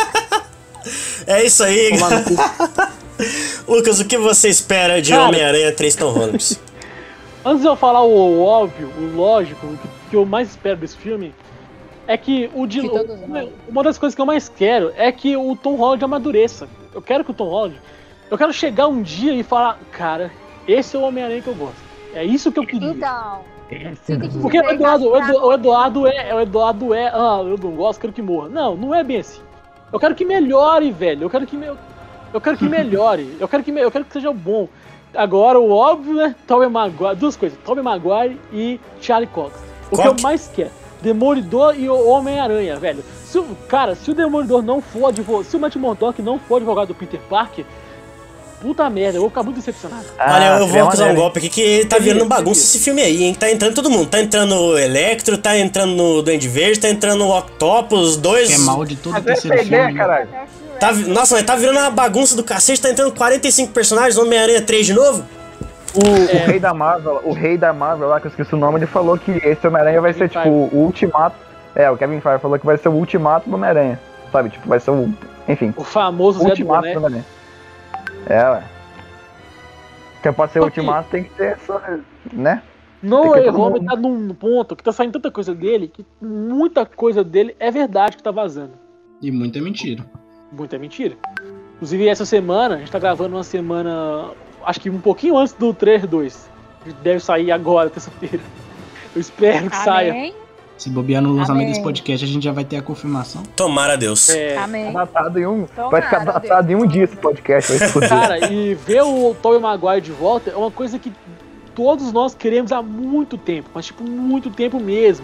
É isso aí. Tomar no cu. Lucas, o que você espera de Cara. Homem-Aranha três Tom Hollands? Antes de eu falar o óbvio, o lógico, o que, que eu mais espero desse filme é que o de Que todos nós. uma das coisas que eu mais quero é que o Tom Holland amadureça. Eu quero que o Tom Holland, eu quero chegar um dia e falar, cara, esse é o Homem-Aranha que eu gosto. É isso que eu queria. Então. fica te Porque o dizer, Eduardo, o cara, Edu- o Eduardo é, o Eduardo é, ah, eu não gosto, quero que morra. Não, não é bem assim. Eu quero que melhore, velho. Eu quero que me, eu quero que melhore. Eu quero que me- eu quero que seja bom. Agora o óbvio, né? Tobey Maguire, duas coisas, Tobey Maguire e Charlie Cox. O que eu Cox? mais quero, Demolidor e o Homem-Aranha, velho. Se o, cara, se o Demolidor não for advogado, se o Matt Murdock não for advogado do Peter Parker, puta merda, eu vou ficar muito decepcionado. Olha, eu Ah, vou seria acusar um maneiro, golpe aqui que tá Seria, virando bagunça seria. esse filme aí, hein? Tá entrando todo mundo. Tá entrando o Electro, tá entrando no Duende Verde, tá entrando o Octopus, dois. Que é mal de todo Mas essa é terceiro a ideia, filme. né? caralho. Tá, vi- nossa, mas tá virando uma bagunça do cacete, tá entrando quarenta e cinco personagens, Homem-Aranha três de novo? O, o rei da Marvel, o rei da Marvel lá, que eu esqueci o nome, ele falou que esse Homem-Aranha vai ser, Kevin tipo, o ultimato. É, o Kevin Feige falou que vai ser o ultimato do Homem-Aranha. Sabe, tipo, vai ser o. Enfim, O famoso o Zé do ultimato Boné. do Homem-Aranha. É, ué. Porque pode ser o Ok. ultimato, tem que ter essa. Né? Não Tem que errou, todo mas mundo- tá num ponto que tá saindo tanta coisa dele que muita coisa dele é verdade que tá vazando. E muita mentira. Muita mentira. Inclusive, essa semana, a gente tá gravando uma semana, acho que um pouquinho antes do trailer dois. Que deve sair agora, terça-feira. Eu espero que saia. Amém. Se bobear no lançamento Amém. desse podcast, a gente já vai ter a confirmação. Tomara a Deus. É, Amém. Datado em um. Tomara, vai ficar datado em um dia esse podcast, vai se fuder. cara, e ver o Tobey Maguire de volta é uma coisa que todos nós queremos há muito tempo, mas tipo, muito tempo mesmo.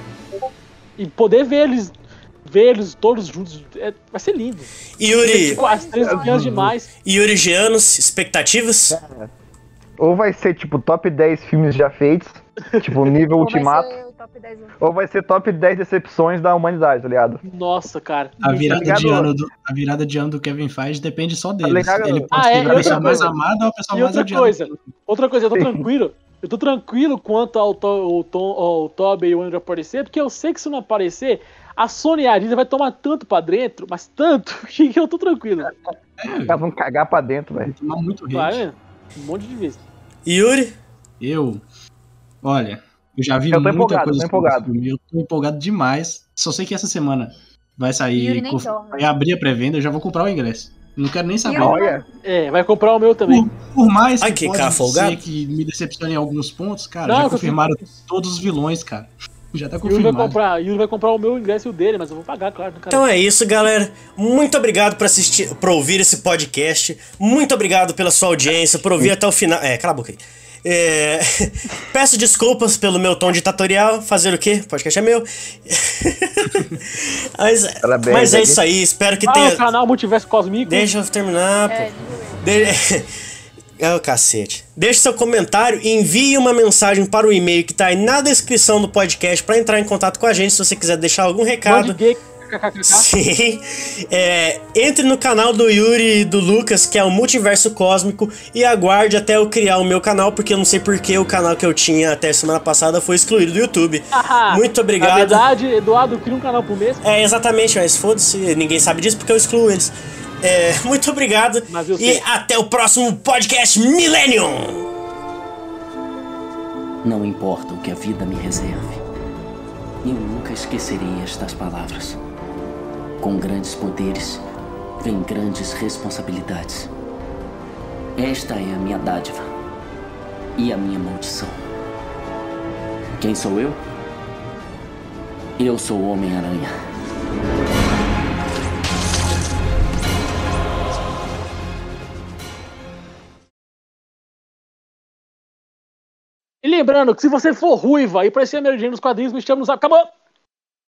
E poder ver eles, ver eles todos juntos é- vai ser lindo. Yuri, Tipo, as três crianças demais. Yuri Gianos, expectativas? Ou vai ser, tipo, top dez filmes já feitos, tipo, nível Ou vai ultimato, ser o top dez do- ou vai ser top dez decepções da humanidade, tá ligado? Nossa, cara. A virada, ligado? de ano do, a virada de ano do Kevin Feige depende só dele. ligado? Ele pode Ah, ser é, a e outra pessoa mais coisa. amada ou a pessoa E mais outra odiada. coisa, outra coisa, eu tô Sim. tranquilo. Eu tô tranquilo quanto ao, to, o Tom, ao Tobey e o Andrew aparecer, porque eu sei que se não aparecer, a Sony e a Disney vai tomar tanto pra dentro, mas tanto, que eu tô tranquilo. Os caras vão cagar pra dentro, velho. Tomar muito hate. Vai, né? Um monte de vezes. Yuri? Eu, olha, eu já vi Eu tô muita empolgado, coisa tô sobre empolgado. esse filme. Eu tô empolgado demais. Só sei que essa semana vai sair, Yuri nem conf- dorme. vai abrir a pré-venda, eu já vou comprar o ingresso. Não quero nem saber. E eu- Olha, É, vai comprar o meu também. Por, por mais Ai, que, que pode cara folgado. ser que me decepcione em alguns pontos, cara, Não, já eu confirmaram todos os vilões, cara. Já tá Yuri vai confirmado. comprar, Yuri vai comprar o meu ingresso e o dele, mas eu vou pagar, claro. Cara. Então é isso, galera. Muito obrigado por assistir, por ouvir esse podcast. Muito obrigado pela sua audiência, por ouvir até o final. É, cala a boca aí. É, peço desculpas pelo meu tom ditatorial. Fazer o quê? O podcast é meu. mas Parabéns, mas é Davi. isso aí. Espero que Ah, tenha. o canal Multiverso Cosmico. Deixa eu terminar, pô. É, deixa eu ver. De... É o cacete. Deixe seu comentário e envie uma mensagem para o e-mail que tá aí na descrição do podcast para entrar em contato com a gente se você quiser deixar algum recado. Band gay, kkkk. Sim. É, entre no canal do Yuri e do Lucas, que é o Multiverso Cósmico, e aguarde até eu criar o meu canal, porque eu não sei porque o canal que eu tinha até semana passada foi excluído do YouTube. Muito obrigado. Na verdade, Eduardo cria um canal por mês. É, exatamente, mas foda-se, ninguém sabe disso porque eu excluo eles. É, muito obrigado Mas eu e sei. até o próximo podcast Millennium! Não importa o que a vida me reserve, eu nunca esquecerei estas palavras. Com grandes poderes, vem grandes responsabilidades. Esta é a minha dádiva e a minha maldição. Quem sou eu? Eu sou o Homem-Aranha. E lembrando que se você for ruiva e parecer Mary Jane nos quadrinhos, me chama no zap. Acabou!